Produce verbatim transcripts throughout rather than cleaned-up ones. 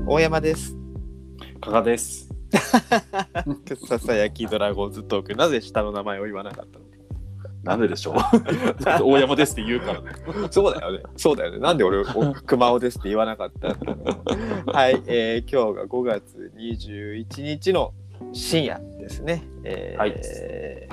大山です。 加賀です。 ささやきドラゴンズトーク。なぜ下の名前を言わなかったの？ なんででしょう。大山ですって言うからね。 そうだよね。そうだよね。なんで俺熊尾ですって言わなかったんだろう。はい、えー、今日がごがつにじゅういちにちの深夜ですね。えー、はい。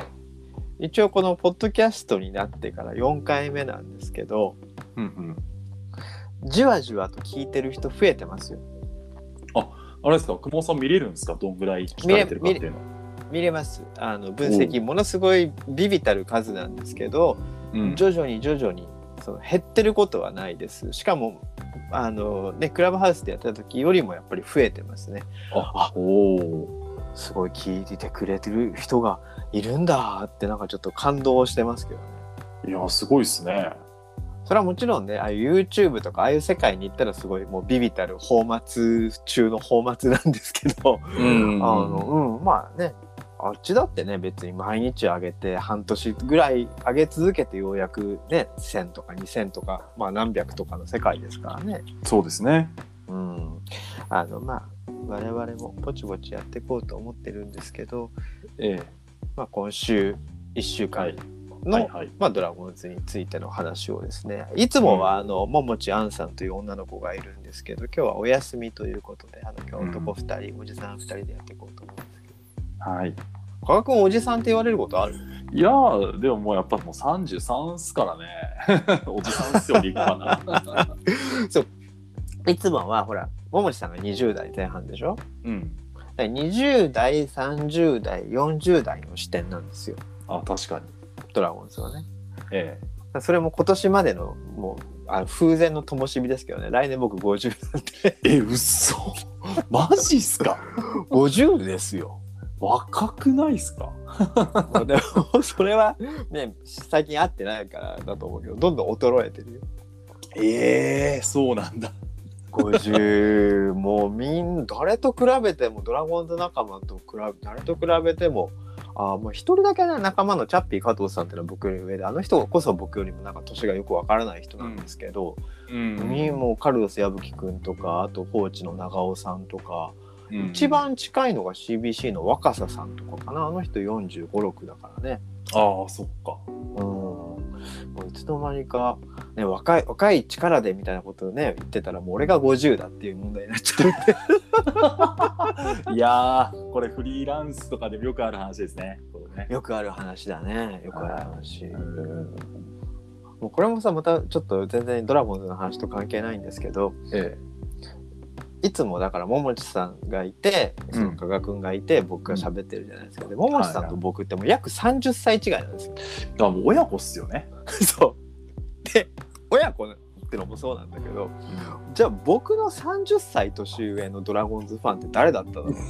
一応このポッドキャストになってからよんかいめなんですけど、うんうん、じわじわと聞いてる人増えてますよ。 あ、あれですか、熊尾さん見れるんですか？どんぐらい聞かれてるかっていうの。 見れます。あの分析ものすごいビビたる数なんですけど、うん、徐々に徐々にその減ってることはないです。しかもあの、ね、クラブハウスでやった時よりもやっぱり増えてますね。あ、おすごい聞いてくれてる人がいるんだってなんかちょっと感動してますけどね。 いやすごいですね。 それはもちろんね、ああいう YouTube とかああいう世界に行ったらすごいもうビビたる泡沫中の泡沫なんですけど、うん、あの、うん、まあね、あっちだってね別に毎日上げて半年ぐらい上げ続けてようやくねせんとかにせんとかまあ何百とかの世界ですからね。 そうですね。 うん、あのまあ我々もぼちぼちやっていこうと思ってるんですけど、ええまあ、今週いっしゅうかんの、はいはいはいまあ、ドラゴンズについての話をですね、いつもはあのももちあんさんという女の子がいるんですけど今日はお休みということであの今日男ふたり、うん、おじさんふたりでやっていこうと思うんですけど、はい。加賀君おじさんって言われることある？ いやーでももうやっぱもうさんじゅうさんっすからね。おじさんっすよ立派な。 そういつもはほらももちさんがにじゅうだいぜん半でしょ。うん。にじゅうだいさんじゅうだいよんじゅうだいの視点なんですよ。 あ確かにドラゴンズはね。ええ。それも今年までのもうあの風前の灯火ですけどね。来年僕ごじゅうなんで。 え嘘マジっすか？ ごじゅうですよ。 若くないっすか？ でもそれはね最近会ってないからだと思うけどどんどん衰えてるよ。 ええー、そうなんだ。 ごじゅうもうみん誰と比べてもドラゴンズ仲間と比べ誰と比べてもあもう一人だけね仲間のチャッピー加藤さんっていうのは僕より上であの人こそ僕よりもなんか年がよくわからない人なんですけど、うんうん、もうカルロス矢吹くんとかあとコーチの長尾さんとか、うん、一番近いのが シービーシー の若狭さんとかかな。あの人よんじゅうご、ろくだからね。 ああそっか。 うんもういつの間にか、ね、若い若い力でみたいなことをね言ってたらもう俺がごじゅうだっていう問題になっちゃっていやーこれフリーランスとかでもよくある話ですね。これねよくある話だね。よくある話。うんもうこれもさまたちょっと全然ドラゴンズの話と関係ないんですけど、ええ、いつもだから桃地さんがいてその加賀くんがいて、うん、僕が喋ってるじゃないですか。で桃地さんと僕ってもう約さんじゅっさい違いなんですよ。 だもう親子っすよね。 そうで親子ってのもそうなんだけど、うん、じゃあ僕のさんじゅっさい年上のドラゴンズファンって誰だっただろう。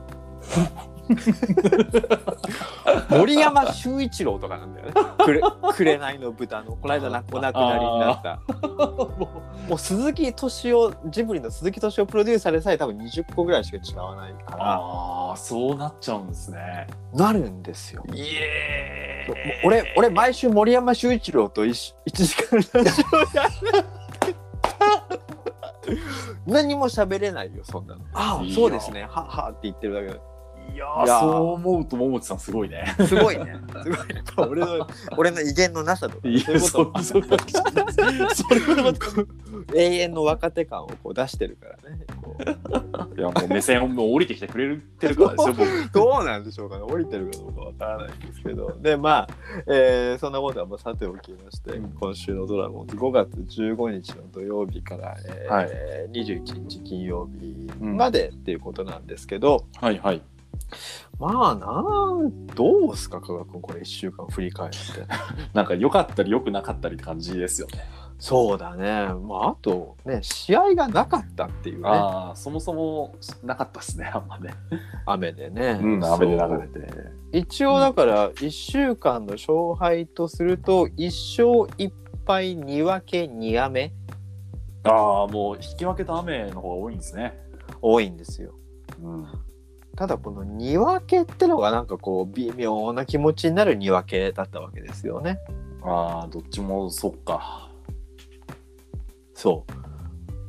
森山修一郎とかなんだよね。くれ紅の豚のこの間お亡くなりになったもう、もう鈴木敏夫ジブリの鈴木敏夫プロデューサーでさえ多分にじゅっこぐらいしか違わないから。 ああそうなっちゃうんですね。 なるんですよ。イエーイ。俺俺毎週森山修一郎といちじかんラジオやる何も喋れないよそんなの。ああそうですねははって言ってるだけで。 いやーそう思うと桃地さんすごいね。 すごいね。すごいね。俺の俺の威厳のなさとか、ね、そういうこと。それは永遠の若手感をこう出してるからね。こういやもう目線をもう降りてきてくれてるからですよ僕。 どうなんでしょうかね。降りてるかどうかわからないんですけど。でまあ、えー、そんなことはもうさておきまして、うん、今週のドラゴンズごがつじゅうごにちの土曜日から、えーはい、にじゅういちにち金曜日までっていうことなんですけど。 うん、はいはい。 まあなんどうすか加賀君これいっしゅうかん振り返ってなんか良かったり良くなかったりって感じですよね。 そうだね。まああとね試合がなかったっていうね。 ああそもそもなかったですねあんまね。 雨でね。 うん雨で流れて。 一応だからいっしゅうかんの勝敗とするといっしょういっぱいに分けに雨。 ああもう引き分けと雨の方が多いんですね。 多いんですよ。うんただこのに分けってのがなんかこう微妙な気持ちになるに分けだったわけですよね。 ああどっちもそっか。 そう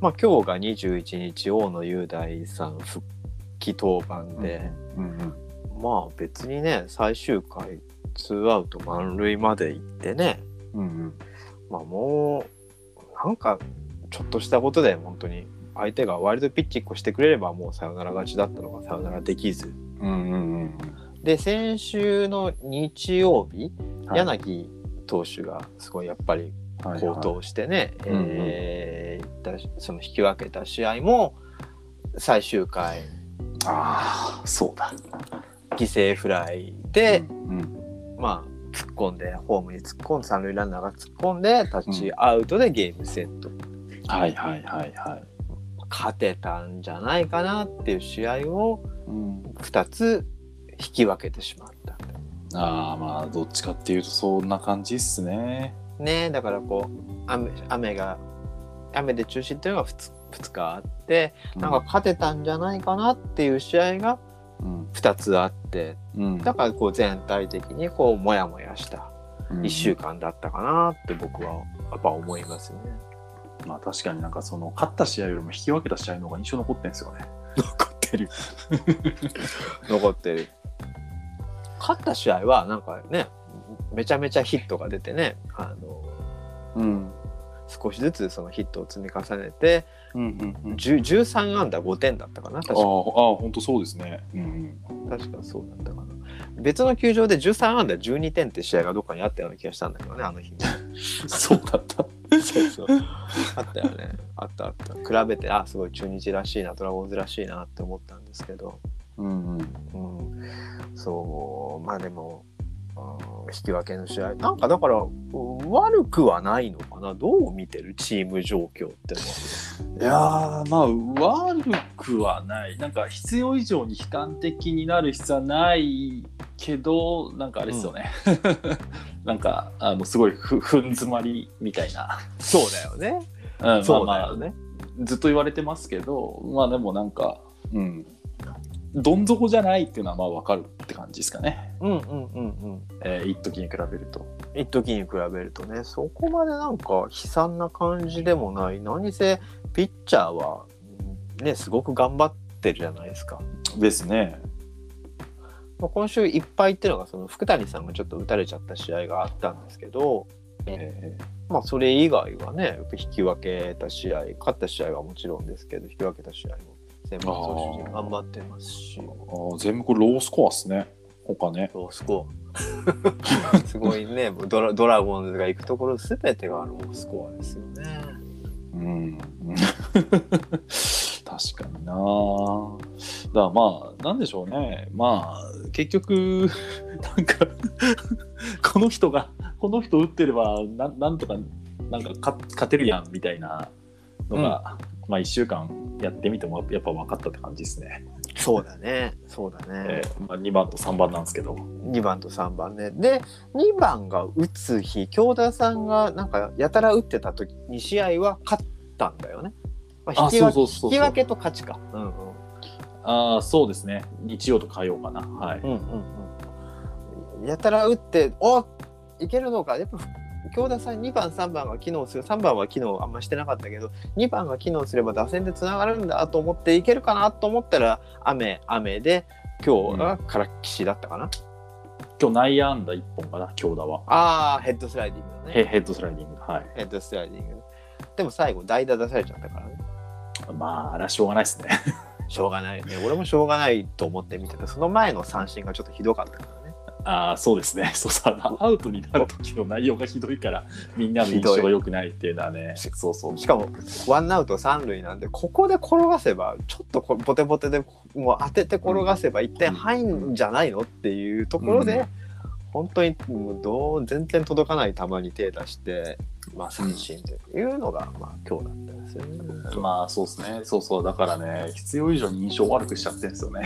まあ、今日がにじゅういちにち大野雄大さん復帰登板で、 うんうん、 まあ別にね最終回ツーアウト満塁まで行ってね、 うんうん、 まあもうなんかちょっとしたことで本当に相手がワイルドピッチいっこしてくれればもうサヨナラ勝ちだったのがサヨナラできず、 うんうんうん、で先週の日曜日、 はい、 柳投手がすごいやっぱり好投してね、はいはい、えーうんうん、その引き分けた試合も最終回ああそうだ犠牲フライで、 うんうん、 まあ突っ込んでホームに突っ込んで三塁ランナーが突っ込んでタッチアウトでゲームセット、うん、 はいはいはいはい、 勝てたんじゃないかなっていう試合をふたつ引き分けてしまった、 うん、ああまあどっちかっていうとそんな感じっすね。 ね、だからこう 雨, 雨が雨で中止っていうのが 2, ふつかあって、うん、なんか勝てたんじゃないかなっていう試合がふたつあって、うん、だからこう全体的にこうモヤモヤしたいっしゅうかんだったかなって僕はやっぱ思いますね。 まあ確かになんかその勝った試合よりも引き分けた試合の方が印象残ってるんですよね。 残ってる残ってる。勝った試合はなんかねめちゃめちゃヒットが出てね、あの、うん、少しずつそのヒットを積み重ねて、うんうんうん、じゅうさんあんだごてんだったかな確か。ああ本当そうですね、うんうん、確かそうだったかな。別の球場でじゅうさんあんだじゅうにてんって試合がどっかにあったような気がしたんだけどねあの日そうだったそうそうあったよねあったあった比べてあすごい中日らしいなドラゴンズらしいなって思ったんですけど、うんうんうん、そうまあでも引き分けの試合なんかだから悪くはないのかな。どう見てるチーム状況ってのは。 いやーまあ悪くはないなんか必要以上に悲観的になる必要はないけどなんかあれですよね、うん、なんかあのすごいふふん詰まりみたいな。 そうだよね、 うん、そうだよね、まあまあ、ずっと言われてますけどまあでもなんかうんどん底じゃないっていうのはまあ分かるって感じですかね。 うんうんうんうん。 えー、一時に比べると。 一時に比べるとね、そこまでなんか悲惨な感じでもない。何せピッチャーはねすごく頑張ってるじゃないですか。 ですね。 まあ、今週いっぱいっていうのがその福谷さんがちょっと打たれちゃった試合があったんですけど、えー、まあそれ以外はね引き分けた試合、勝った試合はもちろんですけど引き分けた試合も。全部投手頑張ってますし、 あ全部これロースコアですね。他ね。 ロースコア。すごいねドラ、ドラゴンズが行くところすべてがロースコアですよね。うん。 確かにな。だからまあなんでしょうね。まあ結局なんかこの人がこの人打ってればななんとかなんか勝てるやんみたいなのが。うんまあ、いっしゅうかんやってみてもやっぱ分かったって感じですね。 そうだねそうだね、 えーまあ、にばんとさんばんなんですけどにばんとさんばんね。でにばんが打つ日京田さんがなんかやたら打ってた時に試合は勝ったんだよね、まあ、引き分け、引き分けと勝ちか、うんうん、 ああそうですね日曜と火曜かなはい、うんうんうん、やたら打っておいけるのかやっぱ京田さんにばんさんばんが機能するさんばんは機能あんましてなかったけどにばんが機能すれば打線でつながるんだと思っていけるかなと思ったら雨雨で今日がからっきしだったかな、うん、 今日内野安打いっぽんかな京田はああヘッドスライディングねヘヘッドスライディングはいヘッドスライディングでも最後代打出されちゃったからねまああれはしょうがないですねしょうがないね俺もしょうがないと思って見てたその前の三振がちょっとひどかったからねああそうですねそうさアウトになる時の内容がひどいからみんなの印象が良くないっていうのはねそうそうしかもワンアウト三塁なんでここで転がせばちょっとボテボテでもう当てて転がせばいってん入んじゃないのっていうところで、うん、本当にもうどう全然届かない球に手出して、まあ、三振というのが、まあ、今日だったんですよね。 まあそうですねそうそうだからね必要以上に印象悪くしちゃってるんですよね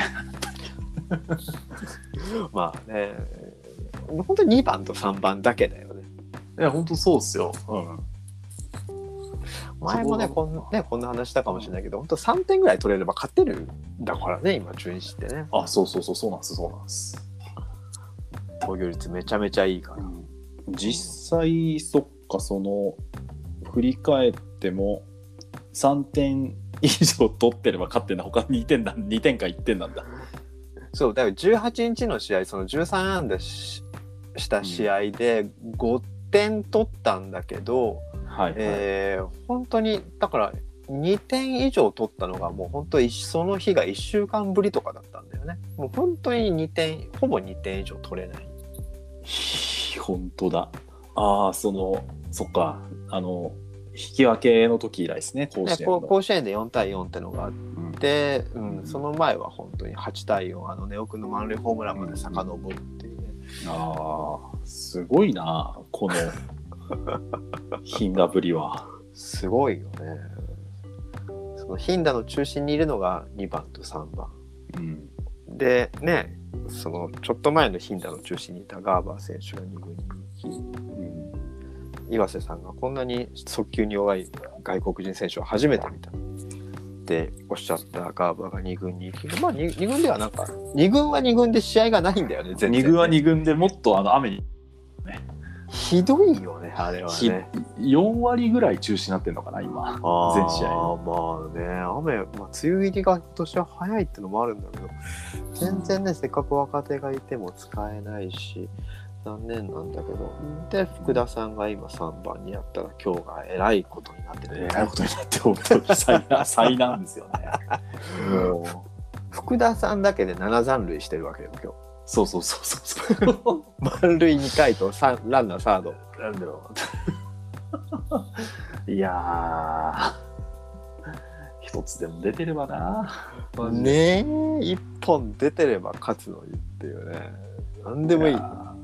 まあね本当ににばんとさんばんだけだよね。 いや本当そうっすよ、うん、 前もねこんねこんな話したかもしれないけど本当さんてんぐらい取れれば勝てるんだからね今中日ってね。 あそうそうそうそうなんですそうなんです防御率めちゃめちゃいいから、うん、 実際そっかその振り返ってもさんてん以上取ってれば勝ってんだ。他にてんだ、にてんかいってんなんだ。 そうだからじゅうはちにちの試合、そのじゅうさん安打しした試合でごてん取ったんだけど、 はいはい、 えー、本当にだからにてん以上取ったのがもう本当にその日がいっしゅうかんぶりとかだったんだよね。もう本当ににてん、ほぼにてん以上取れない。 本当だ。ああ、そのそっか、あの引き分けの時以来ですね、甲子園の。 甲子園でよんたいよんってのがあって、うんうん、その前は本当にはちたいよん、あの根尾君の満塁ホームランまで遡るっていうね。 ああ、すごいな、この頻打ぶりは。 すごいよね。その頻打の中心にいるのがにばんとさんばん、うん、でね、そのちょっと前の頻打の中心にいたガーバー選手がに軍に行き、うん、岩瀬さんがこんなに速球に弱い外国人選手を初めて見たっておっしゃったガーバーがに軍に行き、まあ 2, 2軍ではなんかに軍はに軍で試合がないんだよね、全然ね。 に軍はに軍でもっとあの雨に、 ね、ひどいよねあれはね。 よんわりぐらい中止になってんのかな今、全試合。 まあね、雨、まあ、梅雨入りが今年は早いってのもあるんだけど、全然ね、せっかく若手がいても使えないし残念なんだけど、で福田さんが今さんばんにやったら今日がえらいことになってて、 えらいことになって本当に災難災難ですよね。もう福田さんだけでなな残塁してるわけよ今日。 そうそうそうそうそう満塁にかいとさんランナーサードなんだろういや一つでも出てればなねえ、一本出てれば勝つのにっていうね。何でもいい。い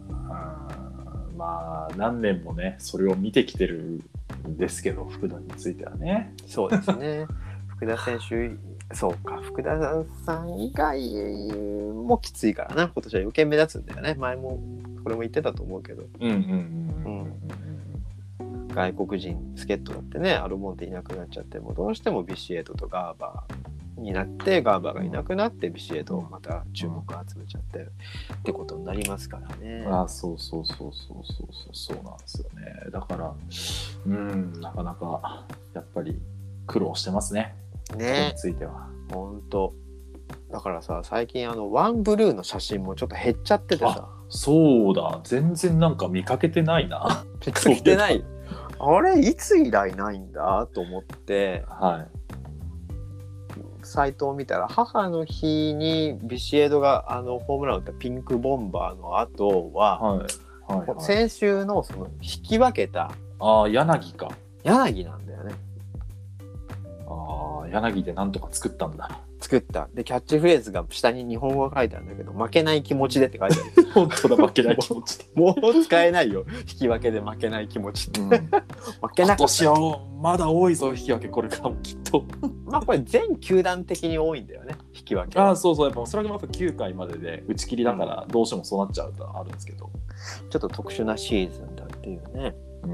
まあ何年もねそれを見てきてるんですけど、福田についてはね。 そうですね福田選手、そうか、福田さん以外もきついからな、今年は余計目立つんだよね。前もこれも言ってたと思うけど、 うんうんうんうん、外国人助っ人だってね、アルモンテいなくなっちゃって、もうどうしてもビシエドとガーバーになって、ガーバーがいなくなってビシエドをまた注目を集めちゃってってことになりますからね。 ああ、そうそうそうそうそうそうそうなんですよね。だからうんなかなかやっぱり苦労してますね。ね、については本当だからさ、最近あのワンブルーの写真もちょっと減っちゃっててさ。 そうだ、全然なんか見かけてないな。 見かけてないあれいつ以来ないんだと思って、 はい、 サイトを見たら母の日にビシエドがあのホームランを打ったピンクボンバーの後は、はいはいはい、先週のその引き分けたあ柳か柳なんだよね。 あ柳でなんとか作ったんだ。 作ったでキャッチフレーズが下に日本語が書いてあるんだけど、負けない気持ちでって書いてある本当だ、負けない気持ちでもう使えないよ、引き分けで負けない気持ちって、うん、負けなかった。今年はまだ多いぞ引き分け、これからもきっとまあこれ全球団的に多いんだよね、引き分け。 ああそうそう、やっぱそれがまたきゅうかいまでで打ち切りだからどうしてもそうなっちゃうとあるんですけど、 ちょっと特殊なシーズンだっていうね。 うん、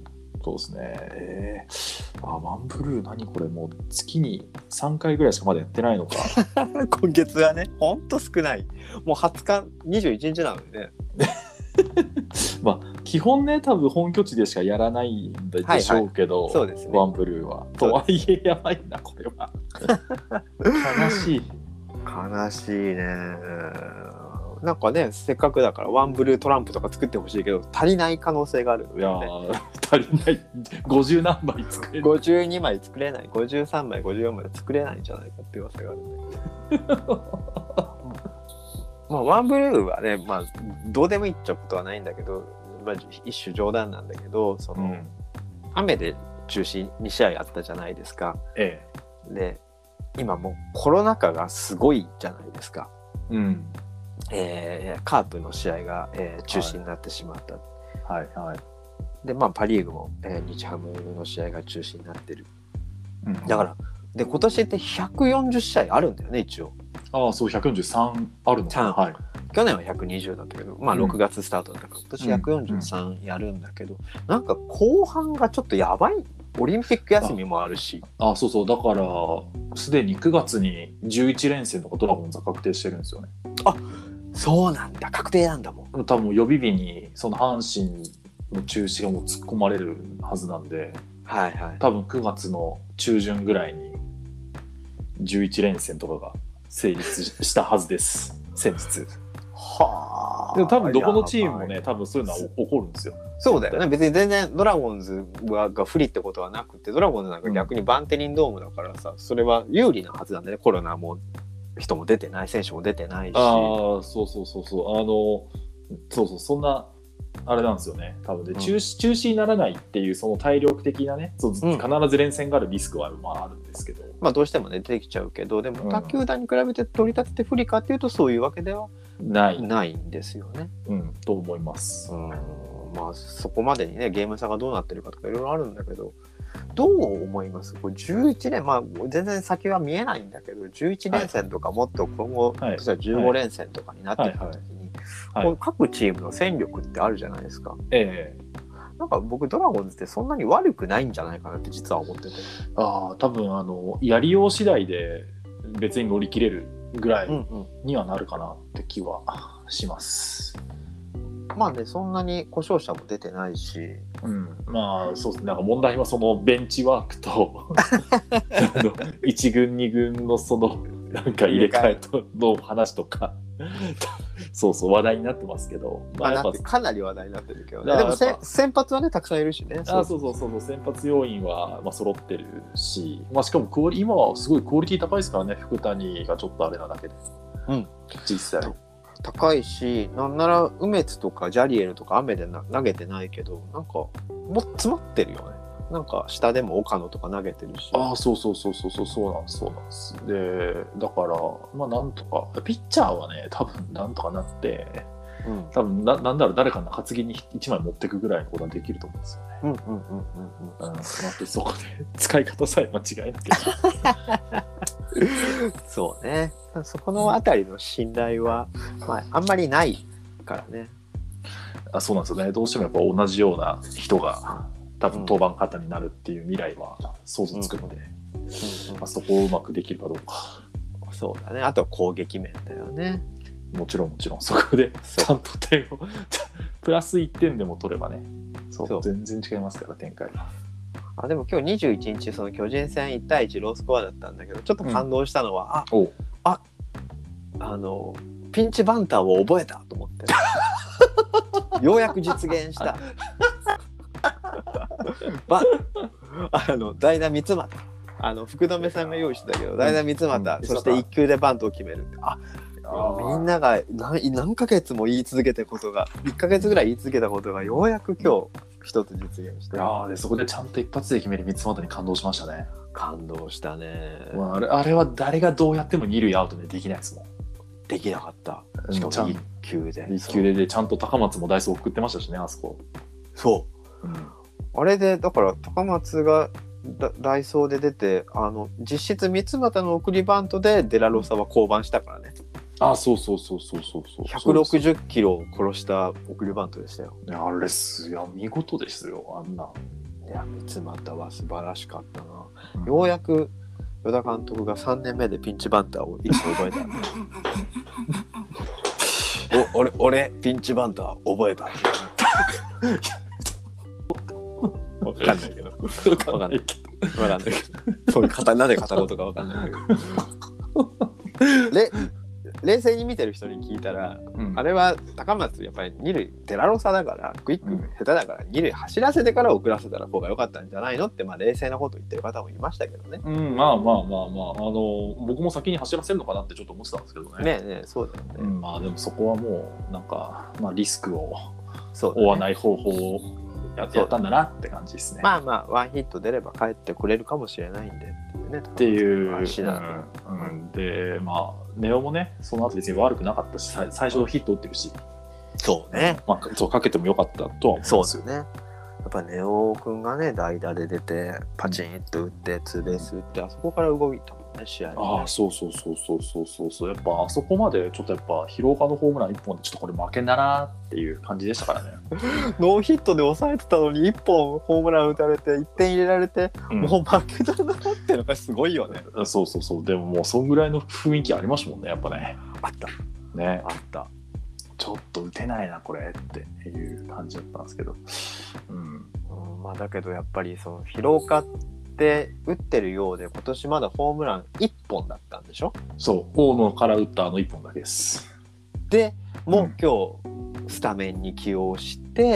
そうですね。えー、あワンブルー何これ、もう月にさんかいぐらいしかまだやってないのか今月はねほんと少ない。もうはつかにじゅういちにちなのでねまあ基本ね多分本拠地でしかやらないんでしょうけど、はいはい、そうですね、ワンブルーはとはいえやばいなこれは悲しい悲しいね。なんかねせっかくだからワンブルートランプとか作ってほしいけど足りない可能性があるので、 ね、いや足りないごじゅうなんまい作れない、 ごじゅうにまい作れない、ごじゅうさんまいごじゅうよんまい作れないんじゃないかっていう噂があるんだけどまあワンブルーはね、まあどうでもいいっちゃことはないんだけど、まあ、一種冗談なんだけど、その、うん、雨で中止に試合あったじゃないですか、ええ、で今もうコロナ禍がすごいじゃないですか、うんえー、カープの試合が、えー、中止になってしまった、はいはいはい、でまあパ・リーグも、えー、日ハムの試合が中止になってる、うん、だからで今年ってひゃくよんじゅう試合あるんだよね一応。 ああそうひゃくよんじゅうさんあるのかな、はい、 去年はひゃくにじゅうだったけど、まあろくがつスタートだったから、うん、今年ひゃくよんじゅうさんやるんだけど、うんうん、なんか後半がちょっとやばい。オリンピック休みもあるし、 ああそうそう、だからすでにくがつにじゅういち連戦とかドラゴンズは確定してるんですよね。 あそうなんだ、確定なんだもん。 多分予備日にその阪神の中止がもう突っ込まれるはずなんで、 はいはい。 多分くがつの中旬ぐらいにじゅういち連戦とかが成立したはずです先日。 はあ。 でも多分どこのチームもね多分そういうのは起こるんですよ。 そうだよね。別に全然ドラゴンズが不利ってことはなくて、ドラゴンズなんか逆にバンテリンドームだからさ、それは有利なはずなんだね。コロナも人も出てない、選手も出てないし。 ああ、そうそうそうそう。あの、そうそう、そんな、あれなんですよね。多分で、うん、中止、中止にならないっていう、その体力的なね、そう、必ず連戦があるリスクは、まあ、あるんですけど。 まあ、どうしてもね、出てきちゃうけど、でも、他球団に比べて取り立てて不利かっていうと、そういうわけではない、ないんですよね。 うん、と思います。 うん、まあ、そこまでにね、ゲーム差がどうなってるかとか、いろいろあるんだけど、どう思います？これじゅういち連、まあ全然先は見えないんだけど、じゅういち連戦とかもっと今後、はい、例えばじゅうご連戦とかになってきた時に、はいはい、各チームの戦力ってあるじゃないですか。ええ、なんか僕ドラゴンズってそんなに悪くないんじゃないかなって実は思ってて。ああ、多分あのやりよう次第で別に乗り切れるぐらいにはなるかなって気はします。 うんうん、まあね、そんなに故障者も出てないし、 うん、まあそうですね。なんか問題はそのベンチワークといち軍に軍のそのなんか入れ替えとの話とかそうそう話題になってますけど、 まあ、やっぱかなり話題になってるけどね。でも先発はねたくさんいるしね。 あ、そうそうそうそう、先発要員はまあ揃ってるし、まあ、しかもクオリ今はすごいクオリティ高いですからね。福谷がちょっとあれなだけで、うん、実際高いし、なんなら梅津とかジャリエルとか雨でな投げてないけど、なんかもう詰まってるよね。なんか下でも岡野とか投げてるし。 ああ、そうそうそうそうそう、そうなんです、そうなんです。で、だからまあなんとかピッチャーはね多分なんとかなって、うん、多分 な, なんだろう誰かの担ぎにいちまい持っていくぐらいのことができると思うんですよね。うんうんうんうんうん。うん、そこで使い方さえ間違えなきゃ。 そうね。そこのあたりの信頼は、まあ、あんまりないからね。 あ、そうなんですよね。どうしてもやっぱ同じような人が多分登板方になるっていう未来は想像つくので、うんうんうん、まあ、そこをうまくできるかどうか。 そうだね。あとは攻撃面だよね。 もちろんもちろんそこでちゃんと点をプラスいってんでも取ればね、そうそう全然違いますから展開が。 あ、でも今日にじゅういちにちその巨人戦いち対いちロースコアだったんだけど、ちょっと感動したのは、うん、あああのピンチバンターを覚えたと思ってようやく実現したばあの代打三俣、あの福留さんが用意してたけど代打三俣、うん、そしていっ球でバントを決めるって、あみんなが 何, 何ヶ月も言い続けたことがいっかげつぐらい言い続けたことがようやく今日一つ実現して、 いやでそこでちゃんと一発で決める三俣に感動しましたね。 感動したね、 まあ、あれあれは誰がどうやっても二塁アウトでできないですもん。 できなかった。しかもいっ球でいっ球ででちゃんと高松もダイソー送ってましたしね、あそこ。 そう、うん、あれでだから高松がダイソーで出て、あの実質三俣の送りバントでデラロサは降板したからね。 あ、そうそうそうそうそうそう。 ひゃくろくじゅっキロを殺した送りバントでしたよ。 いやあれすいや見事ですよ、あんな。 いや三俣は素晴らしかったな、うん、ようやく与田監督がさんねんめでピンチバンターをいつ覚えたお俺俺ピンチバンター覚えた分かんないけど分かんないけど分かんないけどそういう方なんで片言か分かんないけどれ冷静に見てる人に聞いたら、うん、あれは高松やっぱり二塁デラロサだからクイック下手だから二塁走らせてから送らせたら方が良かったんじゃないのって、まあ冷静なこと言ってる方もいましたけどね。 うん、まあまあまあまあ、あの僕も先に走らせるのかなってちょっと思ってたんですけどね。 ねえねえそうだよね。 うん、まあでもそこはもうなんか、まあ、リスクを負わない方法をやってやったんだなって感じですね。 まあまあワンヒット出れば帰ってくれるかもしれないんでねっていう話だ、うんうん、でまあネオもねその後別に悪くなかったし最初のヒット打ってるし、 そうね、 まあ、そうかけてもよかったとは思いますよ。そうですね。やっぱネオくんがね代打で出てパチンと打ってツーベース打ってあそこから動いたもんね試合、ね、 ああそうそうそうそうそうそうそうやっぱあそこまでちょっとやっぱ廣岡のホームランいっぽんでちょっとこれ負けんだなっていう感じでしたからねノーヒットで抑えてたのにいっぽんホームラン打たれていってん入れられて、うん、もう負けたなってのがすごいよね。 そうそうそうでももうそんぐらいの雰囲気ありましたもんねやっぱね。 あったねあったちょっと打てないなこれっていう感じだったんですけど、うん、 うん、まあだけどやっぱりその廣岡って打ってるようで今年まだホームランいっぽんだったんでしょ。 そう大野から打ったあのいっぽんだけです。 でもう、 うん、 今日スタメンに起用して、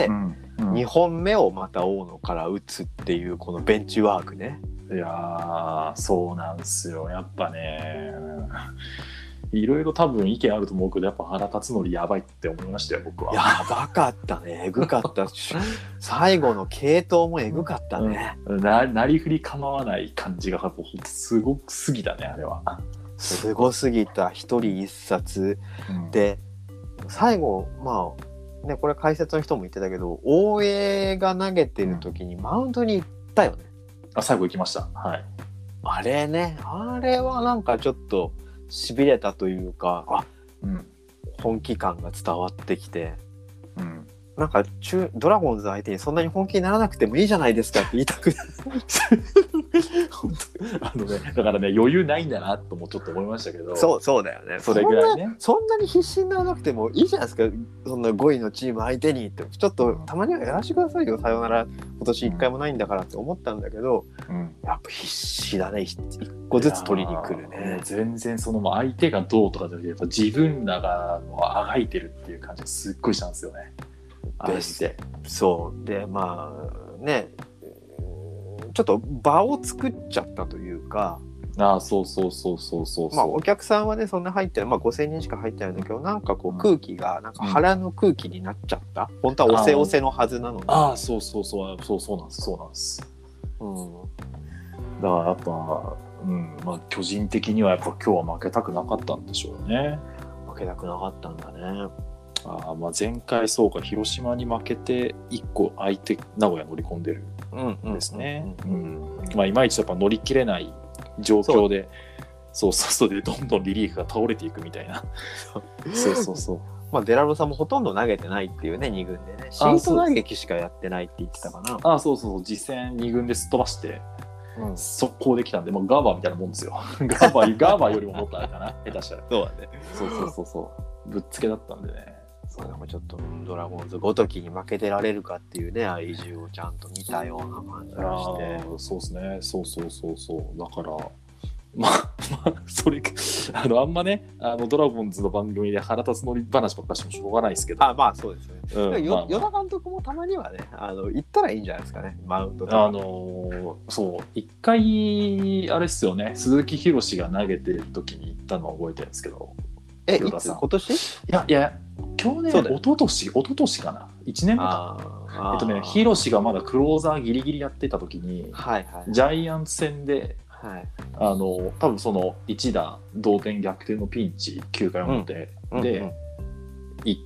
うんうん、 にほんめをまた大野から打つっていうこのベンチワークね。 いやーそうなんですよ。やっぱねいろいろ多分意見あると思うけどやっぱ原辰徳やばいって思いましたよ僕は。 やばかったね、えぐかった最後の継投もえぐかったね、 うん、な, なりふり構わない感じがほんとすごくすぎたねあれは。 すごすぎた。一人一冊、うん、で最後まあねこれ解説の人も言ってたけど大江が投げてる時にマウンドに行ったよね、 うん、あ最後行きました。はい。 あれねあれはなんかちょっとしびれたというかあ、うん、本気感が伝わってきて、うん、なんか中ドラゴンズ相手にそんなに本気にならなくてもいいじゃないですかって言いたくなる本当あのねだからね余裕ないんだなともちょっと思いましたけど。 そうそうだよね。 それぐらいねそんな、そんなに必死にならなくてもいいじゃないですか。そんなごいのチーム相手にってちょっとたまにはやらせてくださいよ、さよなら今年いっかいもないんだからって思ったんだけど、うん、やっぱ必死だね。いっこずつ取りに来るね。 全然その相手がどうとかじゃなくて自分らがあがいてるっていう感じがすっごいしたんですよね。 でしてそうでまあねちょっと場を作っちゃったというか。 ああそうそうそうそうそうそう。 まあお客さんはねそんな入ってる、まあごせんにんしか入ってないんだけどなんかこう空気がなんか腹の空気になっちゃった、うん、本当はおせおせのはずなのに。 ああそうそうそうそうそうなんですそうなんです。うん。だからやっぱうんまあ巨人的にはやっぱ今日は負けたくなかったんでしょうね。 負けたくなかったんだね。 あまあ前回そうか広島に負けていっこ相手名古屋乗り込んでるんですね。まあいまいちやっぱ乗り切れない状況でそうそうそうでどんどんリリーフが倒れていくみたいなそうそうそうまあデラロさんもほとんど投げてないっていうねに軍でねシート打撃しかやってないって言ってたかな。 ああそうそうそう実戦に軍ですっ飛ばして、うん、速攻できたんで、まあ、ガーバーみたいなもんですよガーバーガーバーよりももっとあれかな下手したらそうだねそうそうそうそうぶっつけだったんでね。 そうでもちょっとドラゴンズごときに負けてられるかっていうね愛情をちゃんと見たような感じがして。 そうですねそうそうそうそうだからまあ、まあ、それあのあんまねあのドラゴンズの番組で腹立つのり話ばっかしてもしょうがないですけど。 あまあそうですね、うん、 まあ、 与田監督もたまにはねあの行ったらいいんじゃないですかねマウンドとか。 あのー、そう一回あれっすよね鈴木宏が投げてる時に行ったのは覚えてるんですけど。 えいつ今年？いやいや去年一昨年一昨年かないちねんまえかえっとね宏がまだクローザーギリギリやってた時に、はいはい、ジャイアンツ戦で、はい、あの多分その一打同点逆転のピンチきゅうかい表、うん、で、うんうん、行って、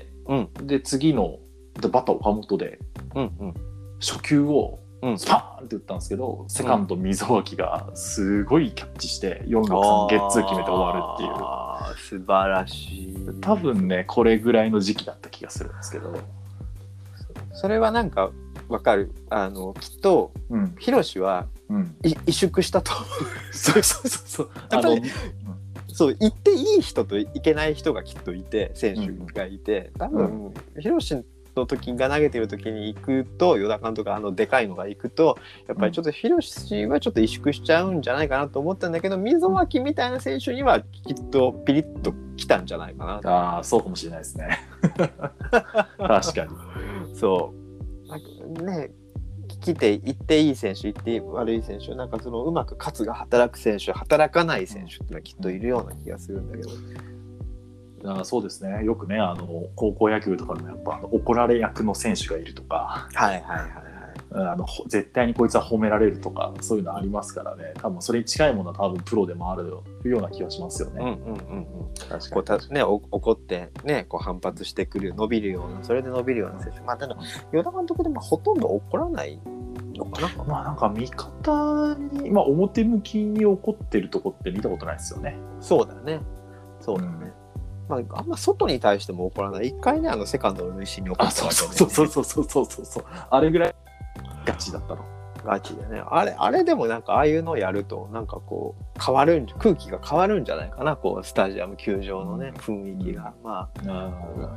うん、で次のバッター岡本で、うんうん、初球をスパーンって打ったんですけど、うん、セカンド溝脇がすごいキャッチしてよんろくさんゲッツー決めて終わるっていう。 あ素晴らしい。 多分ねこれぐらいの時期だった気がするんですけど。 それはなんかわかる。あのきっと、うん、ヒロシは、うん、萎縮したとそうそうそうそうあの、うん、そう行っていい人といけない人がきっといて選手がいて、うん、多分、うん、ヒロシの時が投げてる時に行くと与田監督があのでかいのが行くとやっぱりちょっとヒロシはちょっと萎縮しちゃうんじゃないかなと思ったんだけど溝脇みたいな選手にはきっとピリッときたんじゃないかな。 ああそうかもしれないですね確かにそうなんかね来て行っていい選手行って悪い選手なんかそのうまく勝つが働く選手働かない選手ってのはきっといるような気がするんだけど。 あそうですねよくねあの高校野球とかでもやっぱ怒られ役の選手がいるとか、はいはいはいはい、あの絶対にこいつは褒められるとかそういうのありますからね多分それに近いものは多分プロでもあるような気がしますよね。うんうんうんうん、確かにこうね怒ってねこう反発してくる伸びるようなそれで伸びるような選手まあただ与田監督でもほとんど怒らないのかな。 まあなんか味方に、まあ、表向きに怒ってるとこって見たことないですよね。 そうだねそうだね、うんまあ、あんま外に対しても怒らない。一回ねあのセカンドの塁審に怒ったわけで、ね、 そうそうそうそうそうそうそうあれぐらいガチだったの。 ガチでねあれあれでもなんかああいうのやるとなんかこう変わるん空気が変わるんじゃないかなこうスタジアム球場のね、うん、雰囲気がまあ、うん、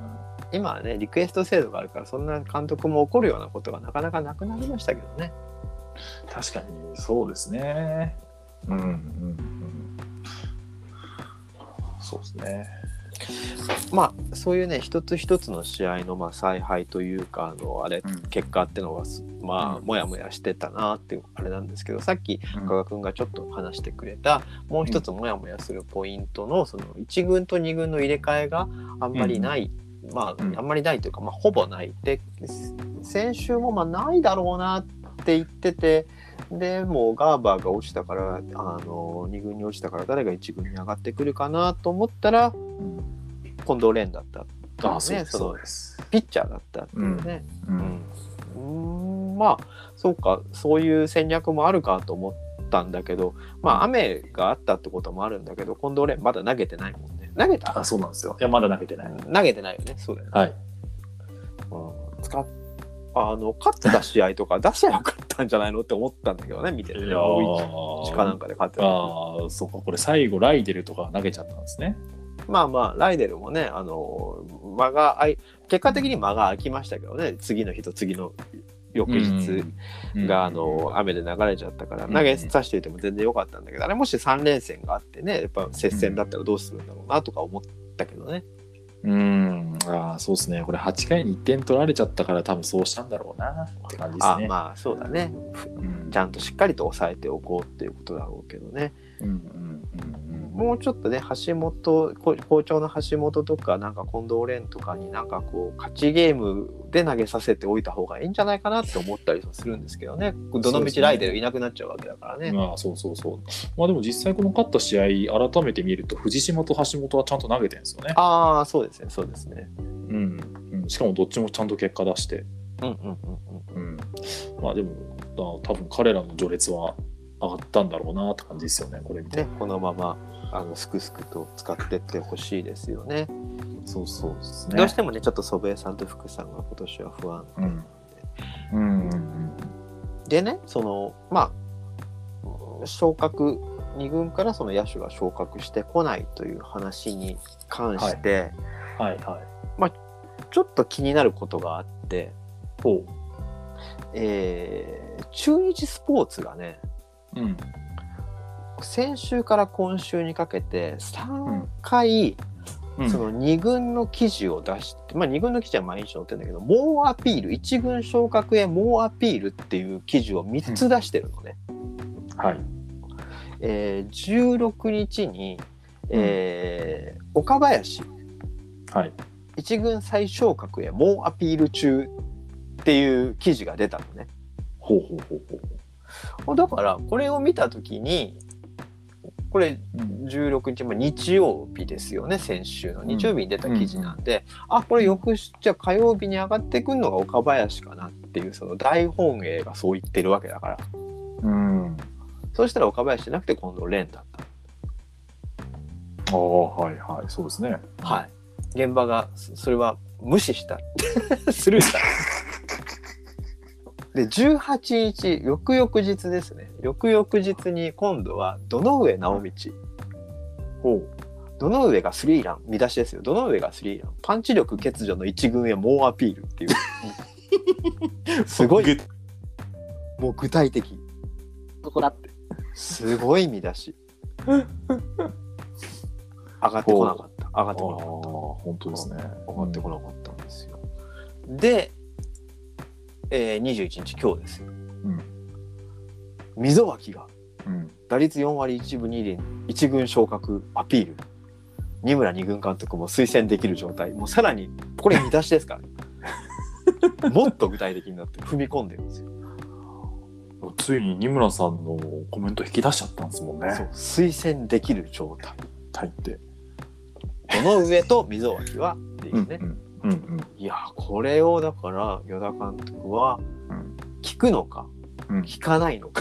今はねリクエスト制度があるからそんな監督も怒るようなことがなかなかなくなりましたけどね。 確かにそうですね。うんうんうん。そうですね。 まあそういうね一つ一つの試合のまあ采配というかあのあれ、 うん、 結果ってのはまあ、 うん、 もやもやしてたなっていうあれなんですけど、さっきうん、 加賀君がちょっと話してくれたもう一つもやもやするポイントのそのいち軍とに軍の入れ替えがあんまりない、うん、まあ、うん、あんまりないというか、まあ、ほぼないで先週もまあないだろうなって言ってて、でもうガーバーが落ちたからあのに軍に落ちたから誰がいち軍に上がってくるかなと思ったら、うん、近藤蓮だったっていうね、 ああそうですそのそうですピッチャーだったっていうね、 うんうんうん、まあそうかそういう戦略もあるかと思ったんだけど、まあ雨があったってこともあるんだけど近藤蓮まだ投げてないもんね。投げた？ あそうなんですよ。いやまだ投げてない。 投げてないよね。そうだよね。 はい。 うん、使っあの勝ってた試合とか出しゃよかったんじゃないのって思ったんだけどね見てて、ね、 いやーかなんかで勝ってた。 ああそうかこれ最後ライデルとか投げちゃったんですね。 まあまあライデルもねあの間があい結果的に間が空きましたけどね、次の日と次の翌日が、あの雨で流れちゃったから投げさせていても全然良かったんだけど、あれもしさん連戦があってねやっぱ接戦だったらどうするんだろうなとか思ったけどね。 うんあそうですねこれはちかいにいってん取られちゃったから多分そうしたんだろうなって感じですね。 あまあそうだね、うん、ちゃんとしっかりと抑えておこうっていうことだろうけどね。うんうんうんうん、もうちょっとね橋本好調の橋本とかなんか近藤蓮とかになんかこう勝ちゲームで投げさせておいた方がいいんじゃないかなって思ったりするんですけどね。どのみちライデルいなくなっちゃうわけだからね。 まあそうそうそうまあでも実際この勝った試合改めて見ると藤島と橋本はちゃんと投げてるんですよね。 ああそうですねそうですね、 うんうん、しかもどっちもちゃんと結果出してうんうんうんうんうんまあでも多分彼らの序列は上がったんだろうなって感じですよねこれ見て、 ね、このままあのすくすくと使ってってほしいですよね。 そうそうですね。 どうしてもねちょっと祖父江さんと福さんが今年は不安なので、うんうんうん、でねそのまあ昇格に軍からその野手が昇格してこないという話に関して、はい、はいはいまあちょっと気になることがあって、ほうえー、中日スポーツがね、うん、先週から今週にかけてさんかい、うん、そのに軍の記事を出して、まあ、に軍の記事は毎日載ってるんだけど猛アピールいち軍昇格へ猛アピールっていう記事をみっつ出してるのね、うん、はい、えー、じゅうろくにちに、えーうん、岡林、はい、いち軍再昇格へ猛アピール中っていう記事が出たのね。ほうほうほうほう。だからこれを見たときにこれじゅうろくにち、まあ、日曜日ですよね。先週の日曜日に出た記事なんで、うんうん、あこれ翌じゃあ火曜日に上がってくるのが岡林かなっていうその大本営がそう言ってるわけだから、うん、そうしたら岡林じゃなくて今度蓮だった。ああはいはいそうですね。はい。現場がそれは無視したスルーしたでじゅうはちにち翌々日ですね。翌々日に今度は堂上直道、ほう堂上がスリーラン見出しですよ。堂上がスリーランパンチ力欠如の一軍へ猛アピールっていうすごいもう具体的そこだってすごい見出し上がってこなかった上がってこなかった本当ですね上がってこなかったんですよ、うん、で、えー、にじゅういちにち今日ですよ、うん、溝脇が、うん、打率よんわりいちぶにりんいち軍昇格アピール二村二軍監督も推薦できる状態もうさらにこれ見出しですからもっと具体的になって踏み込んでるんですよ。 ついに二村さんのコメント引き出しちゃったんですもんね。 そう推薦できる状態ってこの上と溝脇はっていうね、うんうんうんうん、いやこれをだから与田監督は聞くのか、うん、聞かないのか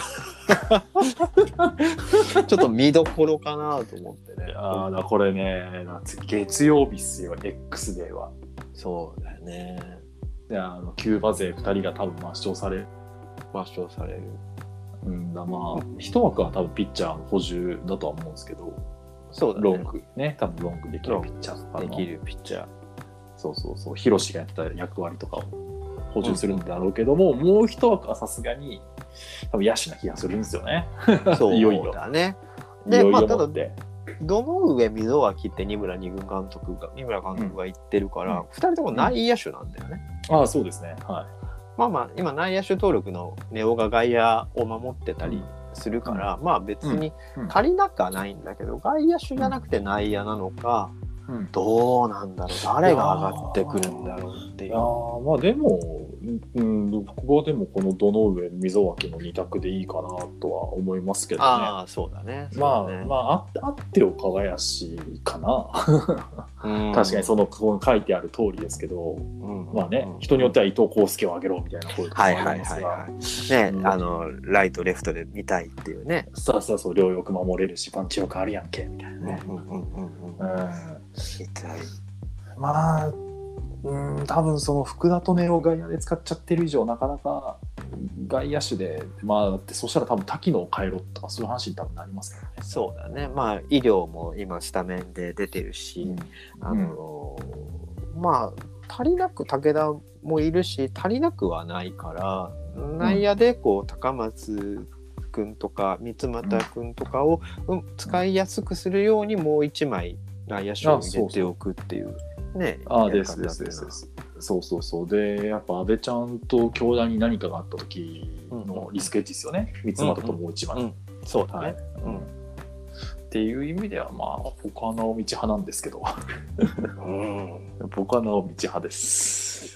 ちょっと見どころかなと思ってね。 あだこれね月曜日っすよ X デーは。 そうだよね。 であのキューバ勢ふたりが多分抹消される抹消される、 うん、だまあ一枠は多分ピッチャーの補充だとは思うんですけどそうだねロングね多分ロングできるピッチャーできるピッチャーそうそうそう、ヒロシがやってた役割とかを補充するんだろうけども、うん、もう一枠はさすがに多分野手な気がするんですよね。 そういよいよだね。 で、いよいよまあ、ただでどの上溝脇って二村二軍監督が二村監督が言ってるから、 うん、 ふたりとも内野手なんだよね。 ああ、そうですね。はい。 まあまあ今内野手登録のネオが外野を守ってたりするから、うん、まあ別に足りなくはないんだけど、外野手じゃなくて内野なのか、うん、どうなんだろう、誰が上がってくるんだろうっていう。 あまあでも、うん、僕はでもこの堂上溝脇のに択でいいかなとは思いますけどね。 ああ、そうだね。 まあ、ね、まあああって岡林かな。うん、確かにそのここ書いてある通りですけど、うん、まあね、うん、人によっては伊藤康介をあげろみたいな声とかありますが、 ね、うん、あのライトレフトで見たいっていうね。 そうそうそう、両翼守れるしパンチ力あるやんけみたいなね。 見たい。 まあ。うん、多分その福田とネオ外野で使っちゃってる以上なかなか外野手で、まあだってそしたら多分滝野を変えろとかそういう話に多分なりますからね。 そうだね。まあ医療も今スタメンで出てるし、うん、あの、うん、まあ足りなく武田もいるし足りなくはないから内野でこう高松君とか三俣君とかを、うん、使いやすくするようにもう一枚内野手を入れておくっていう。ね、 ああですですですです。そうそうそうでやっぱ阿部ちゃんと京田に何かがあった時のリスクエッジですよね。三俣ともう一番、うんうん、 そうだね、はいうん、 っていう意味ではまあ僕は直道派なんですけど、うん、僕は直道派です。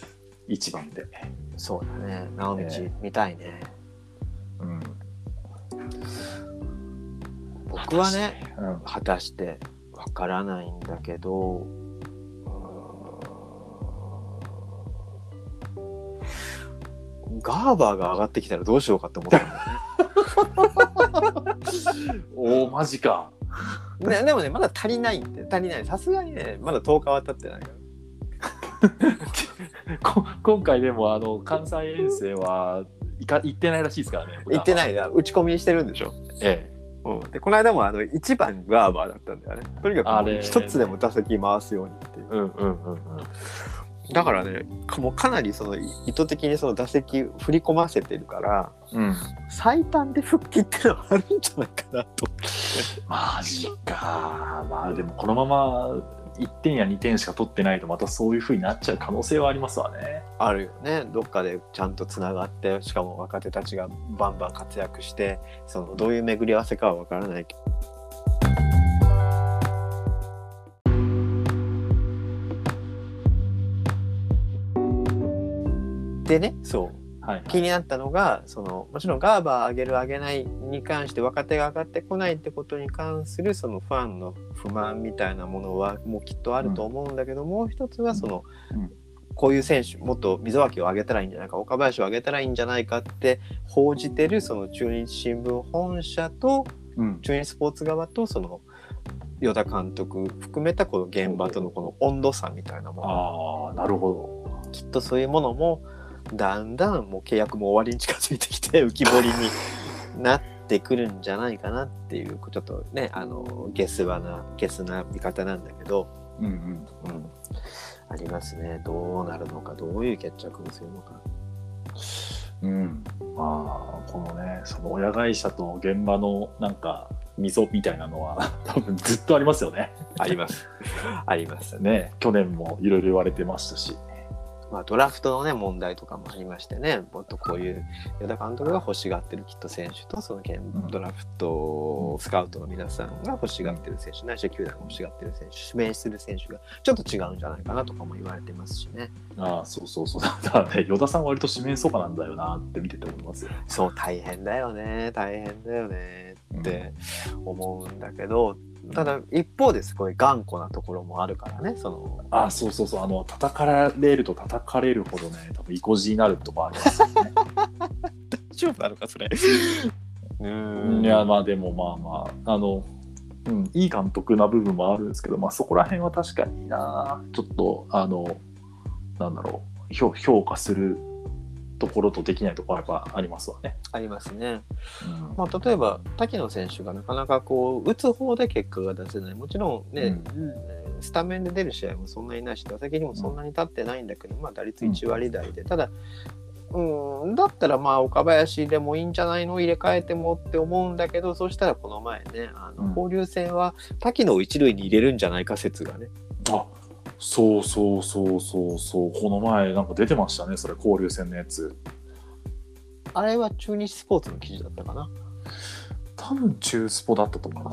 一番で。 そうだね、直道、えー、見たいね。うん。僕はね、うん、果たしてわからないんだけど。ガーバーが上がってきたらどうしようかって思ったんだよね。 おおマジか。 ね、でもねまだ足りないって足りない。さすがにねまだとおかは経ってないから。 今回でもあの関西遠征は行か行ってないらしいですからね。 行ってないな。打ち込みしてるんでしょ。ええ。うん、でこの間もあのいちばんガーバーだったんだよね。とにかく一つでも打席回すようにっていう。うんうんうんうん。だからねもうかなりその意図的にその打席振り込ませてるから、うん、最短で復帰ってのはあるんじゃないかなと。 マジか。まあでもこのままいってんやにてんしか取ってないとまたそういう風になっちゃう可能性はありますわね。 あるよね。どっかでちゃんとつながってしかも若手たちがバンバン活躍してそのどういう巡り合わせかは分からないけど。でね、そう、はいはい、気になったのがそのもちろんガーバー上げる上げないに関して若手が上がってこないってことに関するそのファンの不満みたいなものはもうきっとあると思うんだけど、うん、もう一つはその、うん、こういう選手もっと溝脇を上げたらいいんじゃないか岡林を上げたらいいんじゃないかって報じてるその中日新聞本社と、うん、中日スポーツ側とその与田監督含めたこの現場とのこの温度差みたいなもの、 あーなるほどきっとそういうものもだんだんもう契約も終わりに近づいてきて浮き彫りになってくるんじゃないかなっていうちょっとねあのゲスはなゲスな見方なんだけど、うんうんうん、ありますね。どうなるのかどういう決着をするのか。 うん、まあこのねその親会社と現場のなんか溝みたいなのは多分ずっとありますよね。 ありますありますね。去年もいろいろ言われてましたし。 まあ、ドラフトの、ね、問題とかもありましてねもっとこういう与田監督が欲しがってるきっと選手とそのドラフトスカウトの皆さんが欲しがってる選手ないし球団が欲しがってる選手指名する選手がちょっと違うんじゃないかなとかも言われてますしね。 ああそうそうそうだからね与田さんは割と指名相場なんだよなって見てて思いますよ。 そう大変だよね大変だよねって思うんだけど、うん、ただ一方ですごい頑固なところもあるからね。そのあそうそうそうあの叩かれると叩かれるほどね多分意固地になるとこありますよね。 大丈夫なのかそれ。 うーんいやまあでもまあまああの、うん、いい監督な部分もあるんですけど、まあ、そこら辺は確かになちょっとあのなんだろう 評, 評価するところとできないところはやっぱありますわね。 ありますね、うんまあ、例えば滝野選手がなかなかこう打つ方で結果が出せないもちろんね、うん、 スタメンで出る試合もそんなにないし打席にもそんなに立ってないんだけど、まあ、打率いち割台で、ただうんだったらまあ岡林でもいいんじゃないの入れ替えてもって思うんだけど、そしたらこの前ねあの交流戦は滝野を一塁に入れるんじゃないか説がね、 あそうそうそうそうそうこの前なんか出てましたねそれ交流戦のやつ。 あれは中日スポーツの記事だったかな。 多分中スポだったと思います。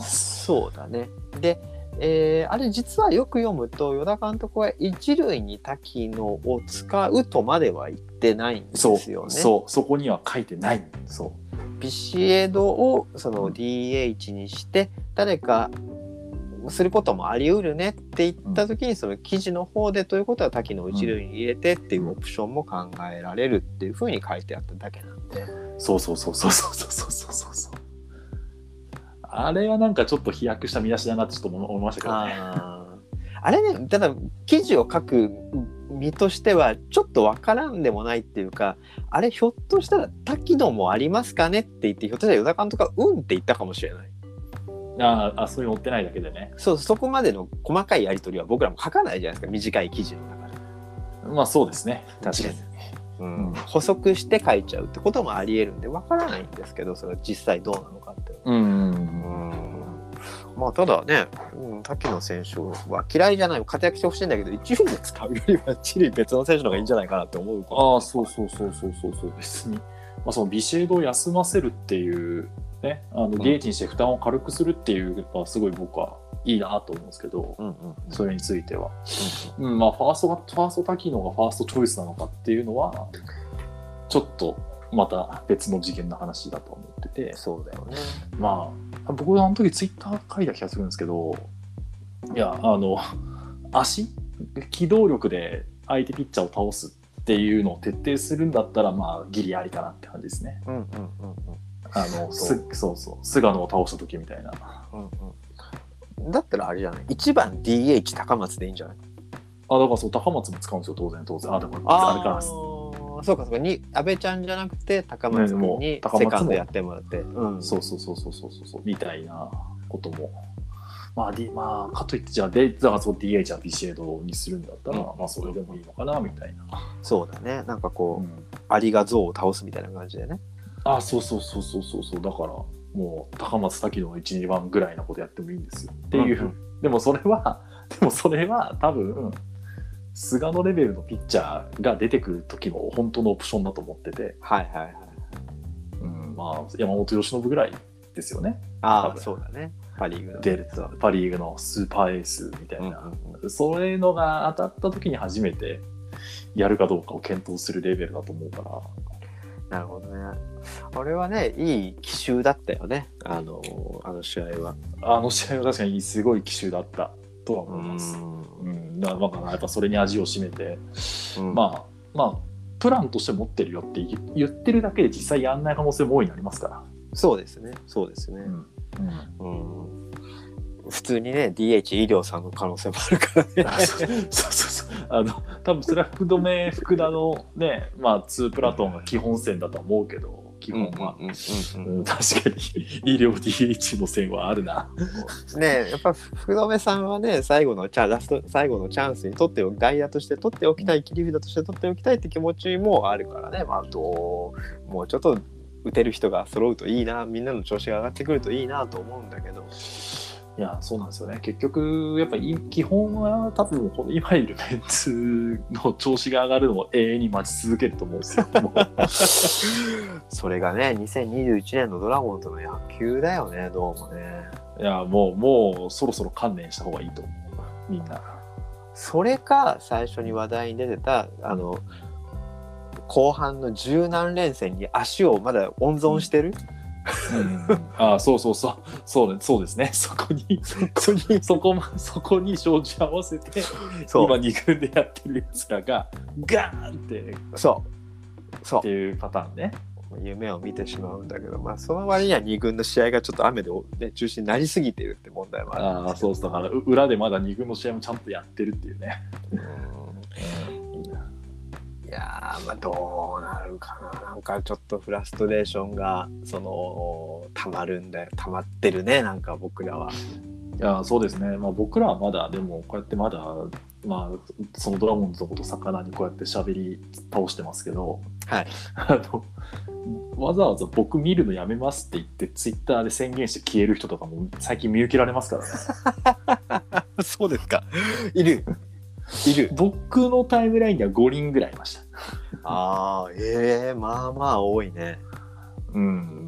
そうだね。で、えー、あれ実はよく読むと与田監督は一塁に滝野を使うとまでは言ってないんですよね。 そうそうそこには書いてない。 そうビシエドをその ディーエイチ にして誰かすることもあり得るねって言った時に、その記事の方でということは滝野を一塁に入れてっていうオプションも考えられるっていうふうに書いてあっただけなんで、 そうそうそうそうそうそうそうそうそうあれはなんかちょっと飛躍した見出しだなってちょっと思いましたけどね。 ああれね、ただ記事を書く身としてはちょっとわからんでもないっていうか、あれひょっとしたら滝野もありますかねって言って、ひょっとしたら与田監督がうんって言ったかもしれない。 ああ、そういうの追ってないだけでね。 そう、そこまでの細かいやり取りは僕らも書かないじゃないですか、短い記事の中で。 まあそうですね、確かに、 うん、補足して書いちゃうってこともありえるんでわからないんですけど、それは実際どうなのかって。 うんうんうんうんまあただね、うん、滝野選手は嫌いじゃない、活躍してほしいんだけど一塁で使うよりは一塁別の選手の方がいいんじゃないかなって思う。 ああそうそうそうそうそうそう別に、まあ、そのビシエドを休ませるっていうね、あのゲージにして負担を軽くするっていうのはすごい僕はいいなと思うんですけど、うんうんうん、それについては、うんうんまあ、ファーストがファースト滝野がファーストチョイスなのかっていうのはちょっとまた別の次元の話だと思ってて。 そうだよね。 まあ僕はあの時ツイッター書いた気がするんですけど、いやあの足機動力で相手ピッチャーを倒すっていうのを徹底するんだったらまあギリありかなって感じですね。うんうんうんうんあのそうそうそう菅野を倒した時みたいな、うんうん、だったらあれじゃない、いちばん ディーエイチ 高松でいいんじゃない。 あだからそう高松も使うんですよ当然当然。あだからあれからそうかそうかに阿部ちゃんじゃなくて高松君にセカンドやってもらって、うん、 そうそうそうそうそうそうみたいなこともまあ、D、まあかといってじゃあでだからそう ディーエイチ はビシエドにするんだったら、うん、まあそれでもいいのかなみたいな。 そうだね、なんかこう、うん、アリがゾウを倒すみたいな感じでね。 あそうそうそうそうそうそうだからもう高松滝野の いち,に 番ぐらいなことやってもいいんですよっていう、うんうん、でもそれはでもそれは多分菅野レベルのピッチャーが出てくる時の本当のオプションだと思ってて、 はいはいはい、 うん、まあ山本由伸ぐらいですよね。 ああそうだね、パリーグの出るパリーグのスーパーエースみたいな、うんうんうん、そういうのが当たった時に初めてやるかどうかを検討するレベルだと思うから。 なるほどね。あれはねいい奇襲だったよね、あのあの試合は。 あの試合は確かにすごい奇襲だったとは思います。うん、だからやっぱそれに味を占めて、うん、まあまあプランとして持ってるよって言ってるだけで実際やんない可能性も大いにありますから。 そうですねそうですね、うんうんうん、普通にね ディーエイチ 医療さんの可能性もあるからねそうそうそうあの多分それは福留福田のねまあツープラトンが基本線だと思うけど基本は、うんうんうんうん、確かに医療 ディーエイチ の線はあるなね。やっぱ福留さんはね最後のチャラスト最後のチャンスに取ってお外野として取っておきたい、切り札として取っておきたいって気持ちもあるからね。まあ、あともうちょっと打てる人が揃うといいな、みんなの調子が上がってくるといいなと思うんだけど。 いやそうなんですよね。結局やっぱり基本は多分今いるメンツの調子が上がるのを永遠に待ち続けると思うんですよそれがねにせんにじゅういちねんのドラゴンズの野球だよね。どうもね。 いやもうもうそろそろ観念した方がいいと思うみんな。 それか最初に話題に出てたあの後半の十何連戦に足をまだ温存してる、 うん、ああそうそうそうそうそうですね。そこにそこにそこそこに照準合わせて今に軍でやってるやつらがガーンってそうそうっていうパターンね。 夢を見てしまうんだけど、まあその割にはに軍の試合がちょっと雨で、ね、中止になりすぎてるって問題もある。 ああそうだから裏でまだに軍の試合もちゃんとやってるっていうね。うんいやまあどうなるかな。なんかちょっとフラストレーションがその溜まるんだよ溜まってるね。なんか僕らはいやそうですね、まあ、僕らはまだでもこうやってまだ、まあ、そのドラゴンズのこと魚にこうやって喋り倒してますけど、 はい、 あのわざわざ僕見るのやめますって言ってツイッターで宣言して消える人とかも最近見受けられますからね。 そうですか。いるいる。 僕のタイムラインにはごにんぐらいいました。 ああ、ええー、まあまあ多いね。 うん、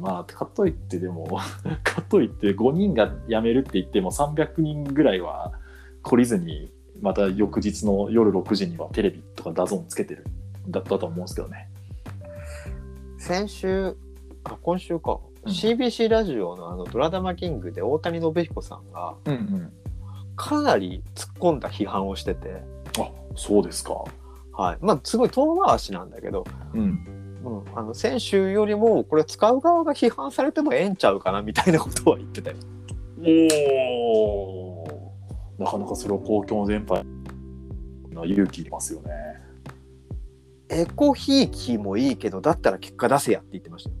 まあかといってでもかといってごにんが辞めるって言ってもさんびゃくにんぐらいは懲りずにまた翌日の夜ろくじにはテレビとかダゾーンつけてるだったと思うんですけどね。 先週あ今週か、 うん、 シービーシー ラジオのあのドラダマキングで大谷信彦さんがうんうん、 かなり突っ込んだ批判をしてて、 あそうですか。 はい、まあすごい遠回しなんだけど、 うんうん、あの選手よりもこれ使う側が批判されてもええんちゃうかなみたいなことは言ってたよ。 おー、なかなかそれを公共の電波の勇気いりますよね。 エコひいきもいいけどだったら結果出せやって言ってましたよ。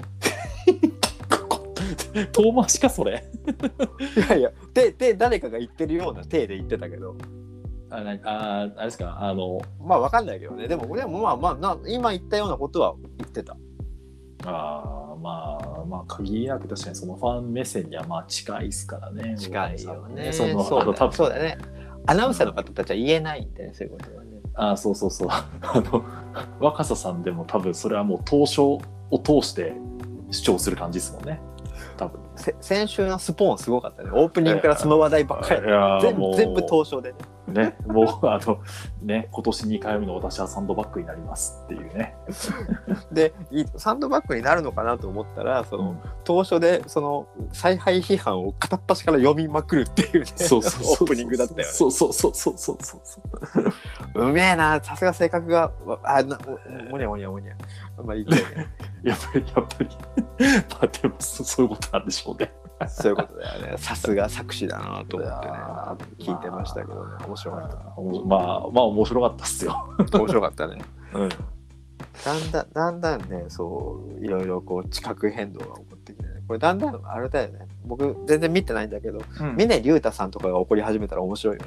遠回しかそれ。 いやいやでで誰かが言ってるような体で言ってたけど、 あなああれですか、あのまあ分かんないけどね。でもでもまあまあな今言ったようなことは言ってた。 あまあまあ限りなく確かにそのファン目線にはまあ近いですからね。 近いよね。 そのそうだ、 あの多分そうだね。アナウンサーの方たちは言えないんでね、そういうことはね。 あそうそうそう。あの若狭さんでも多分それはもう当初を通して主張する感じですもんね。多分先週のスポーンすごかったね。オープニングからその話題ばっかり。全部全部東証でね。 ね、もうあのね今年にかいめの私はサンドバッグになりますっていうね。 でサンドバッグになるのかなと思ったらその、うん、当初でその采配批判を片っ端から読みまくるっていうね、 そうそうそうオープニングだったよね。 そうそうそうそうそうそううめえな、さすが性格があなもにゃもにゃもにゃあんまりいいね。 やっぱりやっぱりまあでもそそういうことなんでしょうね。 そういうことだよね。さすが作詞だなと思ってね聞いてましたけどね。面白かった。 まあまあ面白かったっすよ。 面白かったね。 うん。 だんだんだんだんね、そういろいろこう地殻変動が起こってきてね。これだんだんあれだよね。僕全然見てないんだけど、うん、峰竜太さんとかが起こり始めたら面白いよね。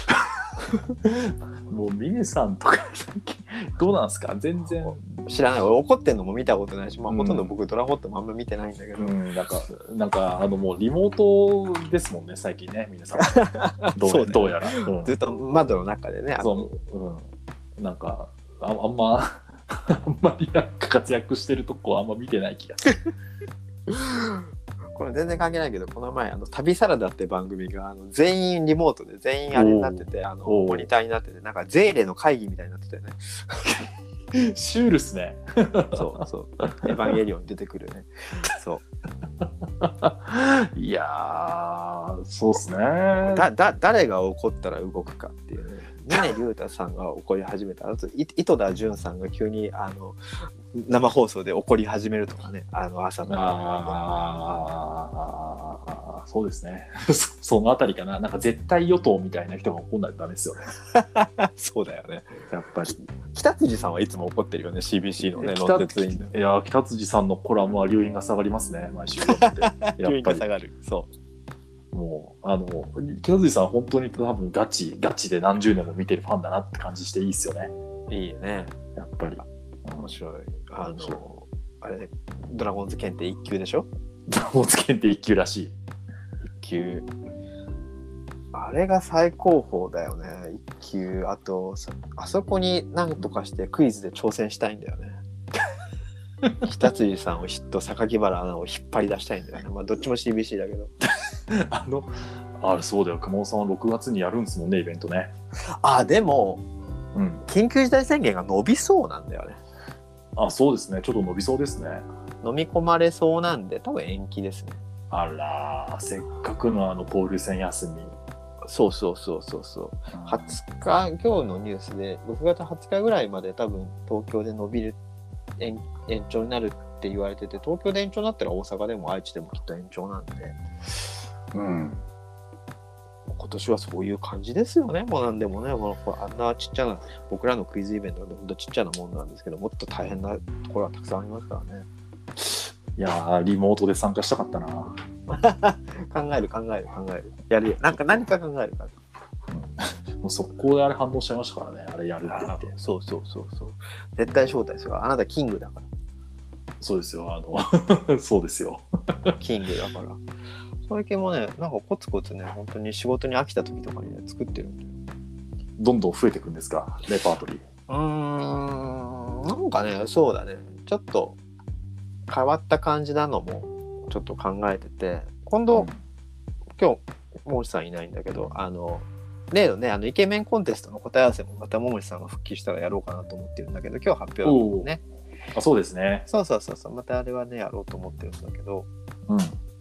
もう峰さんとかどうなんですか？全然知らない。俺怒ってんのも見たことないし、まあ、うん、ほとんど僕ドラゴットもあんま見てないんだけど、 うん、なんかなんかあのもうリモートですもんね最近ね皆さんど う, う、ね、どうやら、うん、 ずっと窓の中でね。 そう、うん、なんか あ, あんまあんまりなんか活躍してるとこあんま見てない気がする。 これ全然関係ないけど、この前あの旅サラダって番組があの全員リモートで全員あれになってて、あのモニターになってて、なんかゼーレの会議みたいになってたよね。 シュールっすね。 そうそう。エヴァンゲリオンに出てくるね。そう。 いやー、そうっすね。 だだ誰が怒ったら動くかっていうね。峰竜太さんが怒り始めた。あと井戸田潤さんが急にあの生放送で怒り始めるとかね。あの朝の。 ああ、そうですね。そのあたりかな。なんか絶対与党みたいな人が怒んないとダメですよね。 そうだよね。 やっぱり。 北辻さんはいつも怒ってるよね。シービーシー のね。 北いや北辻さんのコラムは留飲が下がりますね。毎週やって。 留飲が下がる。そう。 もうあの北辻さん本当に多分ガチガチで何十年も見てるファンだなって感じしていいですよね。 いいよね。 やっぱり面白い。あのあれドラゴンズ検定いっ級でしょ。 ドラゴンズ検定いっ級らしい。いっ級。あれが最高峰だよね。いっ級。あとあそこに何とかしてクイズで挑戦したいんだよね。北辻さんを筆頭榊原アナを引っ張り出したいんだよね。まあどっちも シービーシー だけど。 あのあれそうだよ。熊本さんはろくがつにやるんですもんねイベントね。 あでも、 うん、 緊急事態宣言が伸びそうなんだよね。 あそうですね。ちょっと伸びそうですね。 飲み込まれそうなんで多分延期ですね。 あらせっかくのあの交流戦休み。 そうそうそうそうそう。うん、はつか今日のニュースでろくがつはつかぐらいまで多分東京で伸びる延, 延長になるって言われてて、東京で延長になったら大阪でも愛知でもきっと延長なんで、 うん、 今年はそういう感じですよね。もうなんでもね、もうあんなちっちゃな僕らのクイズイベントでほんとちっちゃなもんなんですけど、もっと大変なところはたくさんありますからね。 いやーリモートで参加したかったな。 考える考える考える。やるよ。なんか何か考えるから。 もう速攻であれ反応しちゃいましたからね、あれやるって言って。 そうそうそうそう。絶対招待ですよ。あなたキングだから。 そうですよ、あの、そうですよ。 キングだから。最近もね、なんかコツコツね、本当に仕事に飽きた時とかにね、作ってるんだよ。 どんどん増えていくんですか、レパートリー。 うーん、なんかね、そうだね。ちょっと変わった感じなのもちょっと考えてて、今度、うん、今日、ももしさんいないんだけど、あの、例のね、あのイケメンコンテストの答え合わせもまたももしさんが復帰したらやろうかなと思ってるんだけど、今日発表だもんね。 あ、そうですね。 そうそうそうそう、またあれはね、やろうと思ってるんだけど、 うん。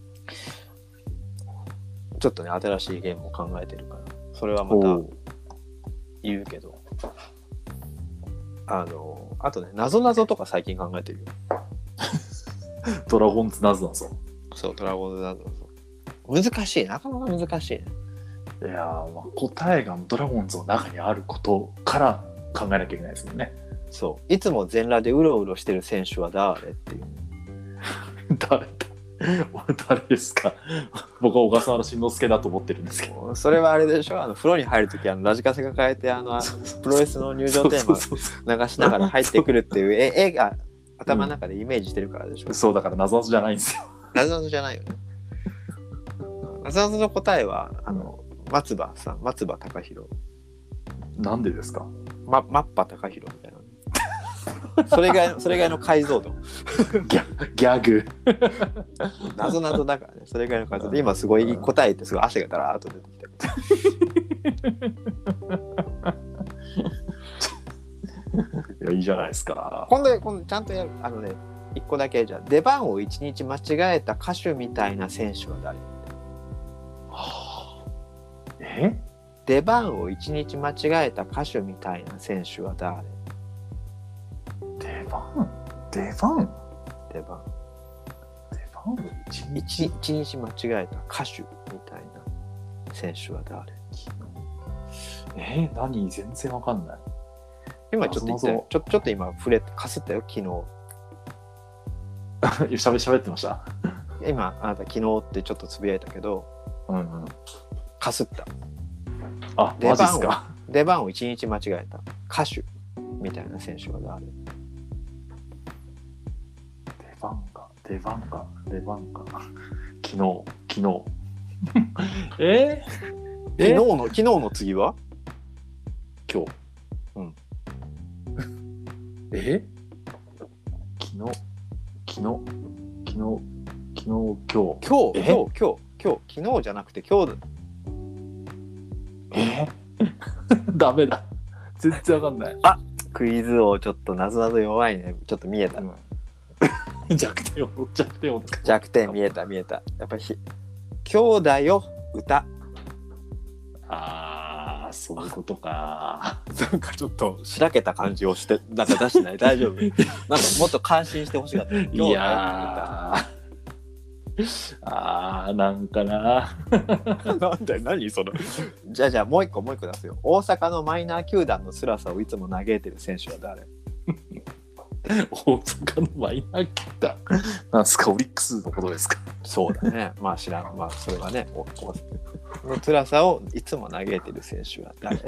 ちょっとね、新しいゲームを考えてるから、それはまた言うけど、あの、あとね、なぞなぞとか最近考えてるよ。 ドラゴンズなぞなぞ。 そう、ドラゴンズなぞなぞ。難しい、なかなか難しいね。 いやー、まあ、答えがドラゴンズの中にあることから考えなきゃいけないですもんね。 そう、いつも全裸でうろうろしてる選手は誰っていう。 誰誰ですか。僕は小笠原慎之介だと思ってるんですけど。 それはあれでしょ、あの風呂に入るとき、あのラジカセが変えて、あのプロレスの入場テーマ流しながら入ってくるっていう絵絵が頭の中でイメージしてるからでしょ。 うん、そうだからなぞなぞじゃないんですよ。 なぞなぞじゃないよね。なぞなぞの答えはあの松葉さん、松葉貴弘。 なんでですか。 まマッパ貴弘みたいな。それ以外のそれ以外の解像度。 ギャギャグ。 なぞなぞだからね。それ以外の解像度。今すごい答えってすごい汗がだらーっと出てきた。 いや、いいじゃないですか。 今度今度ちゃんとやる。あのね、一個だけじゃ出番を一日間違えた歌手みたいな選手は誰？ はあ、え？ 出番を一日間違えた歌手みたいな選手は誰？ 出番出番出番出番を一日一日間違えた歌手みたいな選手は誰？ えー、何全然わかんない。 今ちょっと言ってちょちょっと今触れかすったよ昨日。 しゃべしゃべってました。 今あなた昨日ってちょっとつぶやいたけど、 うんうん、 かすった。 あ、マジっすか。 出番を一日間違えた歌手みたいな選手は誰？ 出番が出番が出番が昨日昨日えー、 昨日の昨日の次は今日。 うん。 え？昨日昨日昨日昨日今日今日今日今日今日昨日じゃなくて今日だ。 えダメだ、全然わかんない。 あ、クイズ王ちょっとなぞなぞ弱いね。ちょっと見えた、うん、 弱点を弱点を弱点見えた見えた。やっぱり今日だよ歌。 ああ、そういうことか。 なんかちょっとしらけた感じをしてなんか出してない？大丈夫？なんかもっと感心してほしかった。今日だよいやーあーなんかな。 なんだよ何その。じゃあじゃあもう一個もう一個出すよ。大阪のマイナー球団の辛さをいつも嘆いてる選手は誰？ 大阪のマイナー球団なんすか、オリックスのことですか？ そうだね。まあ知らん。まあそれはね、おおの辛さをいつも嘆いてる選手は誰？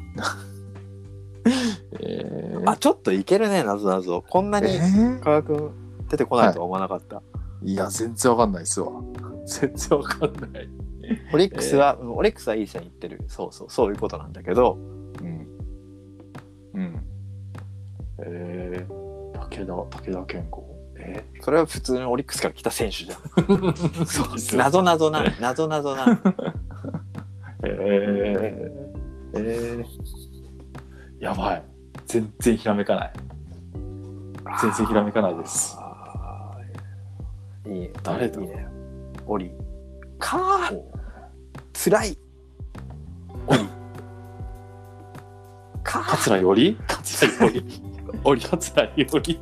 えー、あ、ちょっといけるね、なぞなぞ。こんなに科学出てこないとは思わなかった。 はい、いや全然わかんないですわ。全然わかんない。 オリックスは、えー、オリックスはいい線いってる。そうそうそういうことなんだけど。 うんうん。えー、武田武田健吾。えー、 それは普通のオリックスから来た選手じゃん。そうなぞなぞななぞなぞな。 えー、えー、やばい。全然ひらめかない。全然ひらめかないです。 いい、 誰だ？ いいね。オリかーつらいオリかー桂より桂よりオリ桂より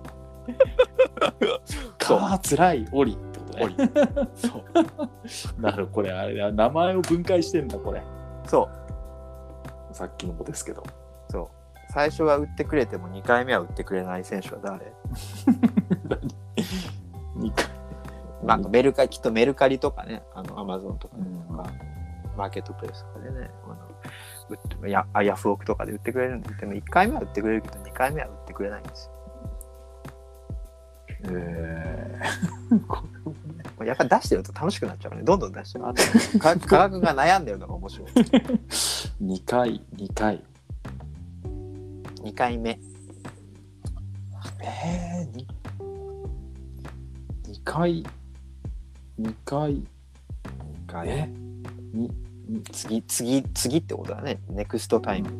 かーつらいオリってことね。オリそうなる、これあれ名前を分解してんだこれ。 そうさっきの子ですけど。 そう最初は打ってくれてもにかいめは打ってくれない選手は誰？ にかいまあ、メルカリきっとメルカリとかね、あのアマゾンとか、ね、 うんまあ、マーケットプレイスとかでね、あの売ってやヤフオクとかで売ってくれるんで、でもいっかいめは売ってくれるけどにかいめは売ってくれないんですよ。 えー、やっぱり出してると楽しくなっちゃうね。どんどん出してる。あと科学が悩んでるのが面白い。 にかいにかいにかいめ。 えー、ににかいにかいえに次次次ってことだね。ネクストタイム。 うん、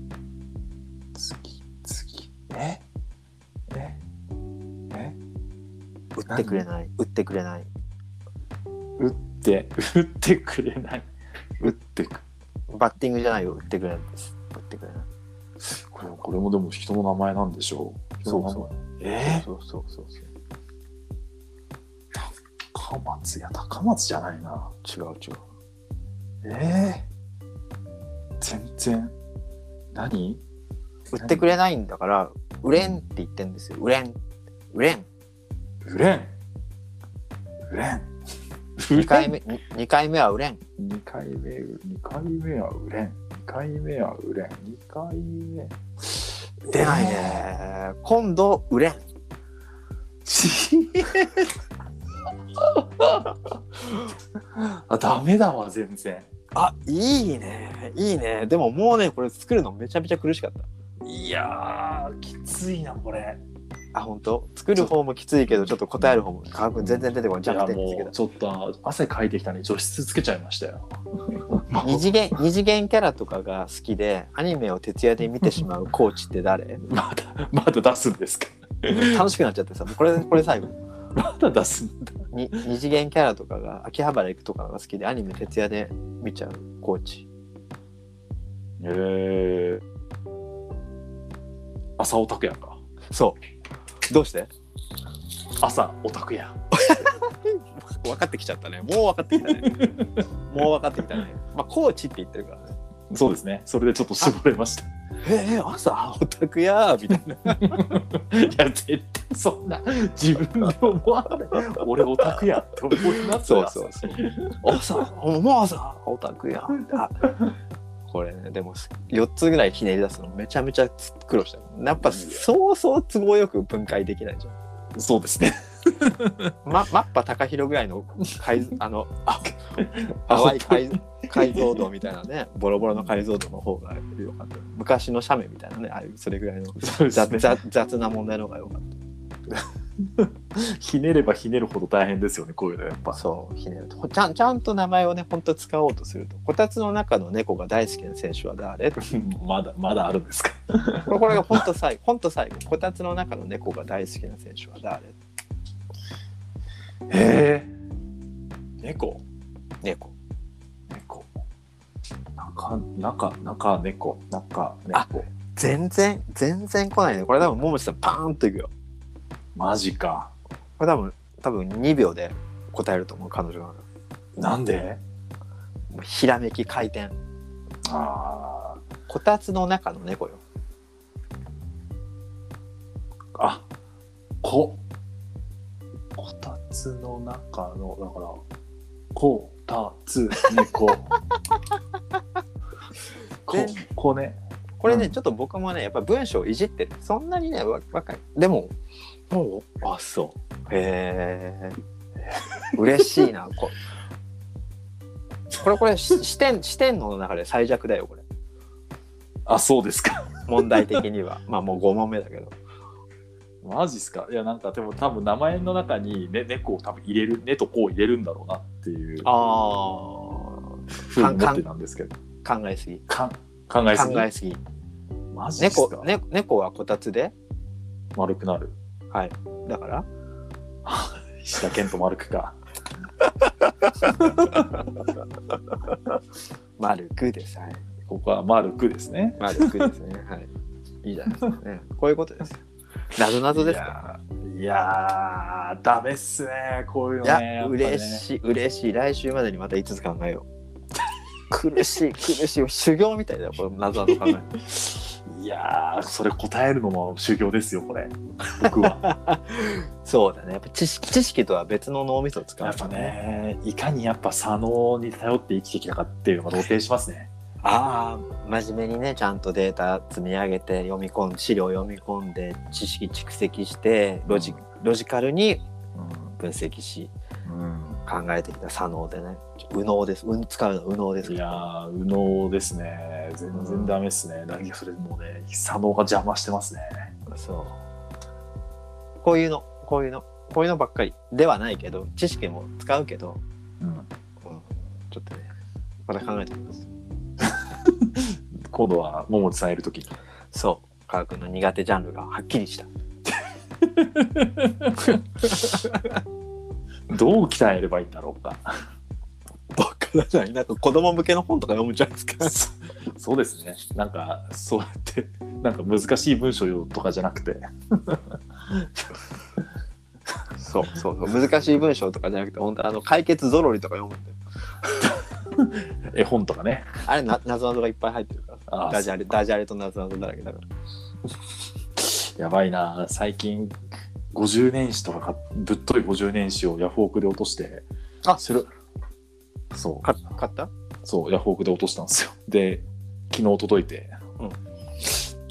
次次えええ売ってくれない売ってくれない売って売ってくれない売ってくバッティングじゃないよ、売ってくれないです。売ってくれない。 これこれもでも人の名前なんでしょう。 そうそう。 えー、 そうそうそうそう。 高松、いや高松じゃないな。 違う違う。 えー、全然何？ 売ってくれないんだから売れんって言ってんですよ。売れん売れん売れん売れんにかいめにかいめは売れんにかいめにかいめは売れんにかいめは売れんにかいめ出ないね。今度売れんあ、ダメだわ全然。 あ、いいねいいね。でももうね、これ作るのめちゃめちゃ苦しかった。 いやーきついなこれ。 あ、本当？作る方もきついけど、ちょっと答える方も科学全然出てこない。弱点見つけた。 ちょっと汗かいてきたね。除湿つけちゃいましたよ。 二次元二次元キャラとかが好きでアニメを徹夜で見てしまうコーチって誰？ まだまだ出すんですか？ 楽しくなっちゃってさ、これこれ最後。 まだ出すんだ。 に二次元キャラとかが秋葉原行くとかが好きでアニメ徹夜で見ちゃうコーチ。 へえ。朝オタクやんか。 そう。どうして？ 朝オタクやん。 分かってきちゃったね。もう分かってきたね。もう分かってきたね。まあコーチって言ってるからね。 そうですね。それでちょっと絞れました。 えー、朝オタクやーみたいな。 いや絶対そんな自分で思わない。俺オタクやって思います。 そうそうそう。朝もう朝オタクやん。あ、これね、でもよっつぐらいひねり出すのめちゃめちゃ苦労した。やっぱそうそう都合よく分解できないじゃん。 そうですね。 ま、マッパ高弘ぐらいの解あのあ淡い解解像度みたいなね、ボロボロの解像度の方が良かった。昔の写メみたいなね、ああいうそれぐらいの雑、ね、雑, 雑な問題の方が良かった。 ひねればひねるほど大変ですよね、こういうのやっぱ。 そうひねるとちゃんちゃんと名前をね本当使おうとすると、こたつの中の猫が大好きな選手は誰？ まだまだあるんですか？ これこれが本当最後本当最後、こたつの中の猫が大好きな選手は誰？ へえ。猫猫猫中中中猫中猫。 全然全然来ないね。これ多分桃地さんパーンといくよ。 マジか。 これ多分多分にびょうで答えると思う、彼女が。 なんで？ ひらめき回転。 ああ。 こたつの中の猫よ。 あ、ここたつの中のだからこたつ猫ここね。 これね、 うん、 ちょっと僕もねやっぱ文章いじってる。そんなにねわかる。でももうあそうへえ嬉しいな。ここれこれ視点視点の中で最弱だよこれ。 あ、そうですか。 問題的にはまあもうご問目だけど。 マジっすか。いやなんかでも多分名前の中に、ね、猫を多分入れる、ねとこう入れるんだろうなっていうあふうに思ってたんですけど、 考えすぎか考えすぎ考えすぎ。 マジっすか。 猫、ね、猫はこたつで丸くなる。 はい。だから石田健と丸くか。 丸くです。はい。 ここは丸くですね。 丸くですね。はい。いいじゃないですかね。こういうことですよ。なぞなぞですか。 いやーダメっすねこういうのね。 いや、嬉しい嬉しい。来週までにまたいつつ考えよう。苦しい苦しい修行みたいだよこのなぞなぞ考える。 いやーそれ答えるのも修行ですよこれ僕は。 そうだね、やっぱ知識知識とは別の脳みそを使う、 やっぱねいかにやっぱ左脳に頼って生きてきたかっていうのが露呈しますね。 ああ、真面目にねちゃんとデータ積み上げて読み込んで資料を読み込んで知識蓄積してロジ、うん、ロジカルに分析し、うん、考えてきた左脳でね、右脳です。うん使うの右脳です。 いやー右脳ですね。全然ダメですね。だけどそれもうね左脳が邪魔してますね。 そう。こういうのこういうのこういうのばっかりではないけど知識も使うけど、うんうん、ちょっとねまた考えてみます。 今度は桃地さんいるときに。 そう科学の苦手ジャンルがはっきりした。 どう鍛えればいいんだろうか。 わからない。なんか子供向けの本とか読むじゃないですか。 そうですね。なんかそうやってなんか難しい文章よとかじゃなくて。 そうそうそう難しい文章とかじゃなくて本当あの解決ぞろりとか読むんだよ。 絵本とかね。 あれな謎々がいっぱい入ってるからダジャレダジャレと謎々だらけだから。 やばいな最近ごじゅうねん史とかぶっといごじゅうねん史をヤフオクで落として。 あそれそう買ったそうヤフオクで落としたんですよ。で昨日届いて、うん、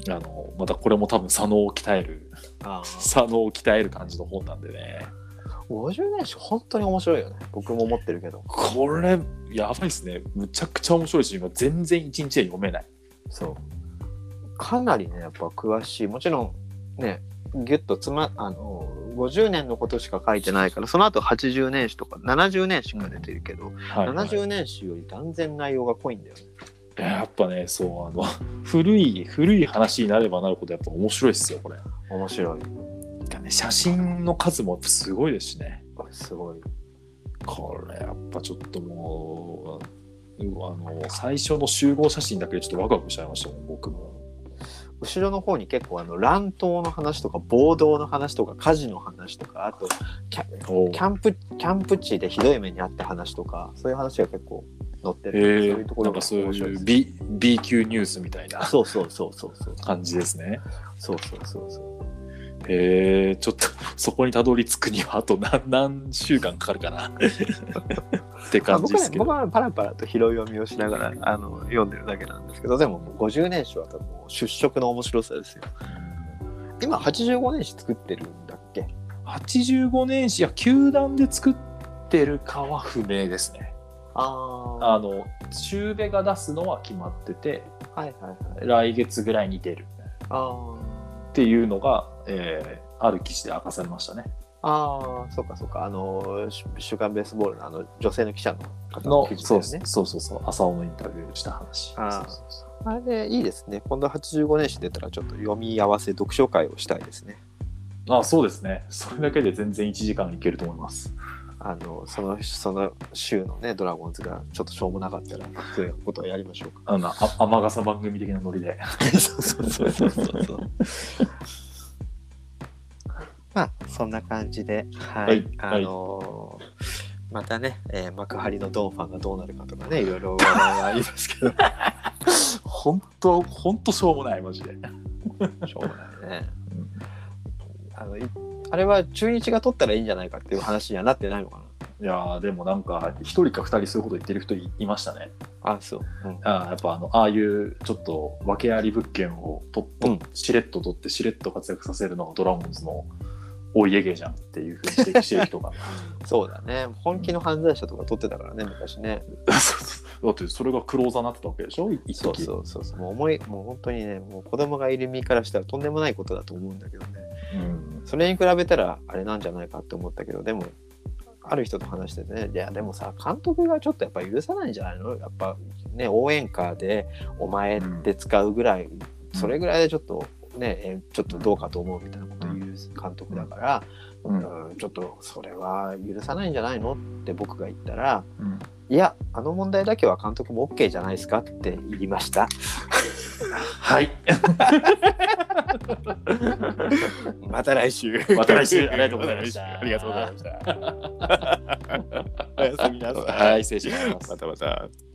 あのまたこれも多分左脳を鍛える左脳を鍛える感じの本なんでね。 ごじゅうねん史本当に面白いよね。僕も持ってるけどこれやばいですね。むちゃくちゃ面白いし今全然一日で読めない。 そうかなりねやっぱ詳しい。もちろんねギュッとつまあのごじゅうねんのことしか書いてないからその後はちじゅうねん史とかななじゅうねん史が出てるけど、うんはいはい、ななじゅうねん史より断然内容が濃いんだよね。 やっぱねそうあの古い古い話になればなるほどやっぱ面白いっすよこれ。 面白い。 ね、写真の数もすごいですしね。 すごい。 これやっぱちょっともうあの最初の集合写真だけでちょっとワクワクしちゃいましたもん僕も。 後ろの方に結構あの乱闘の話とか暴動の話とか火事の話とかあとキャ、キャンプキャンプ地でひどい目にあった話とかそういう話が結構載ってる。 えー、そういうところが面白いです。 B, B 級ニュースみたいなそうそうそうそうそう感じですね。 そうそうそうそう。 へえちょっとそこにたどり着くにはあと 何, 何週間かかるかなって感じですけど、 僕はパラパラと拾い読みをしながらあの読んでるだけなんですけどでももうごじゅうねん史は多分もう出色の面白さですよ。今はちじゅうごねん史作ってるんだっけ。 はちじゅうごねん史や球団で作ってるかは不明ですね。 ああの中部が出すのは決まってて、 はいはいはい、 来月ぐらいに出るあっていうのが、えー、ある記事で明かされましたね。 ああ、そうかそうか。あの週刊ベースボールのあの女性の記者の方のの記事だよね。 そうそうそう、朝尾のインタビューした話。 あそうそうそうあれでいいですね。今度はちじゅうごねん史出たらちょっと読み合わせ読書会をしたいですね。 あ、そうですね。それだけで全然いちじかんいけると思います。 あのそのその週のねドラゴンズがちょっとしょうもなかったらそういうことをやりましょうか。 あのあ雨傘番組的なノリで。 そうそうそうそうそうそう。まあそんな感じで、はい、はい、あのー、またね、えー、幕張のドンファンがどうなるかとかねいろいろ話題はありますけど、 本当本当しょうもないマジで。 しょうもないね。あのあれは中日が取ったらいいんじゃないかっていう話にはなってないのかな。 いやでもなんか一人か二人そういうこと言ってる人 い, いましたね。 あそう、うん、 あやっぱあのああいうちょっと訳あり物件をとと、うん、しれっと取ってしれっと活躍させるのがドラゴンズのお家芸じゃんっていうふうに指摘してる人がそうだね本気の犯罪者とか取ってたからね昔ね。 だってそれがクローザーになってたわけでしょ。 そうそうそうそうもう思いもう本当にねもう子供がいる身からしたらとんでもないことだと思うんだけどね、うん、それに比べたらあれなんじゃないかって思ったけどでもある人と話しててねいやでもさ監督がちょっとやっぱ許さないんじゃないのやっぱね応援歌でお前って使うぐらい、うん、それぐらいでちょっとねちょっとどうかと思うみたいなことを言う監督だから、うんうん、ちょっとそれは許さないんじゃないのって僕が言ったら、うん、いやあの問題だけは監督も OK じゃないですかって言いました。 はいまた来週また来週ありがとうございましたありがとうございましたおやすみなさい。 はい失礼します。 またまた。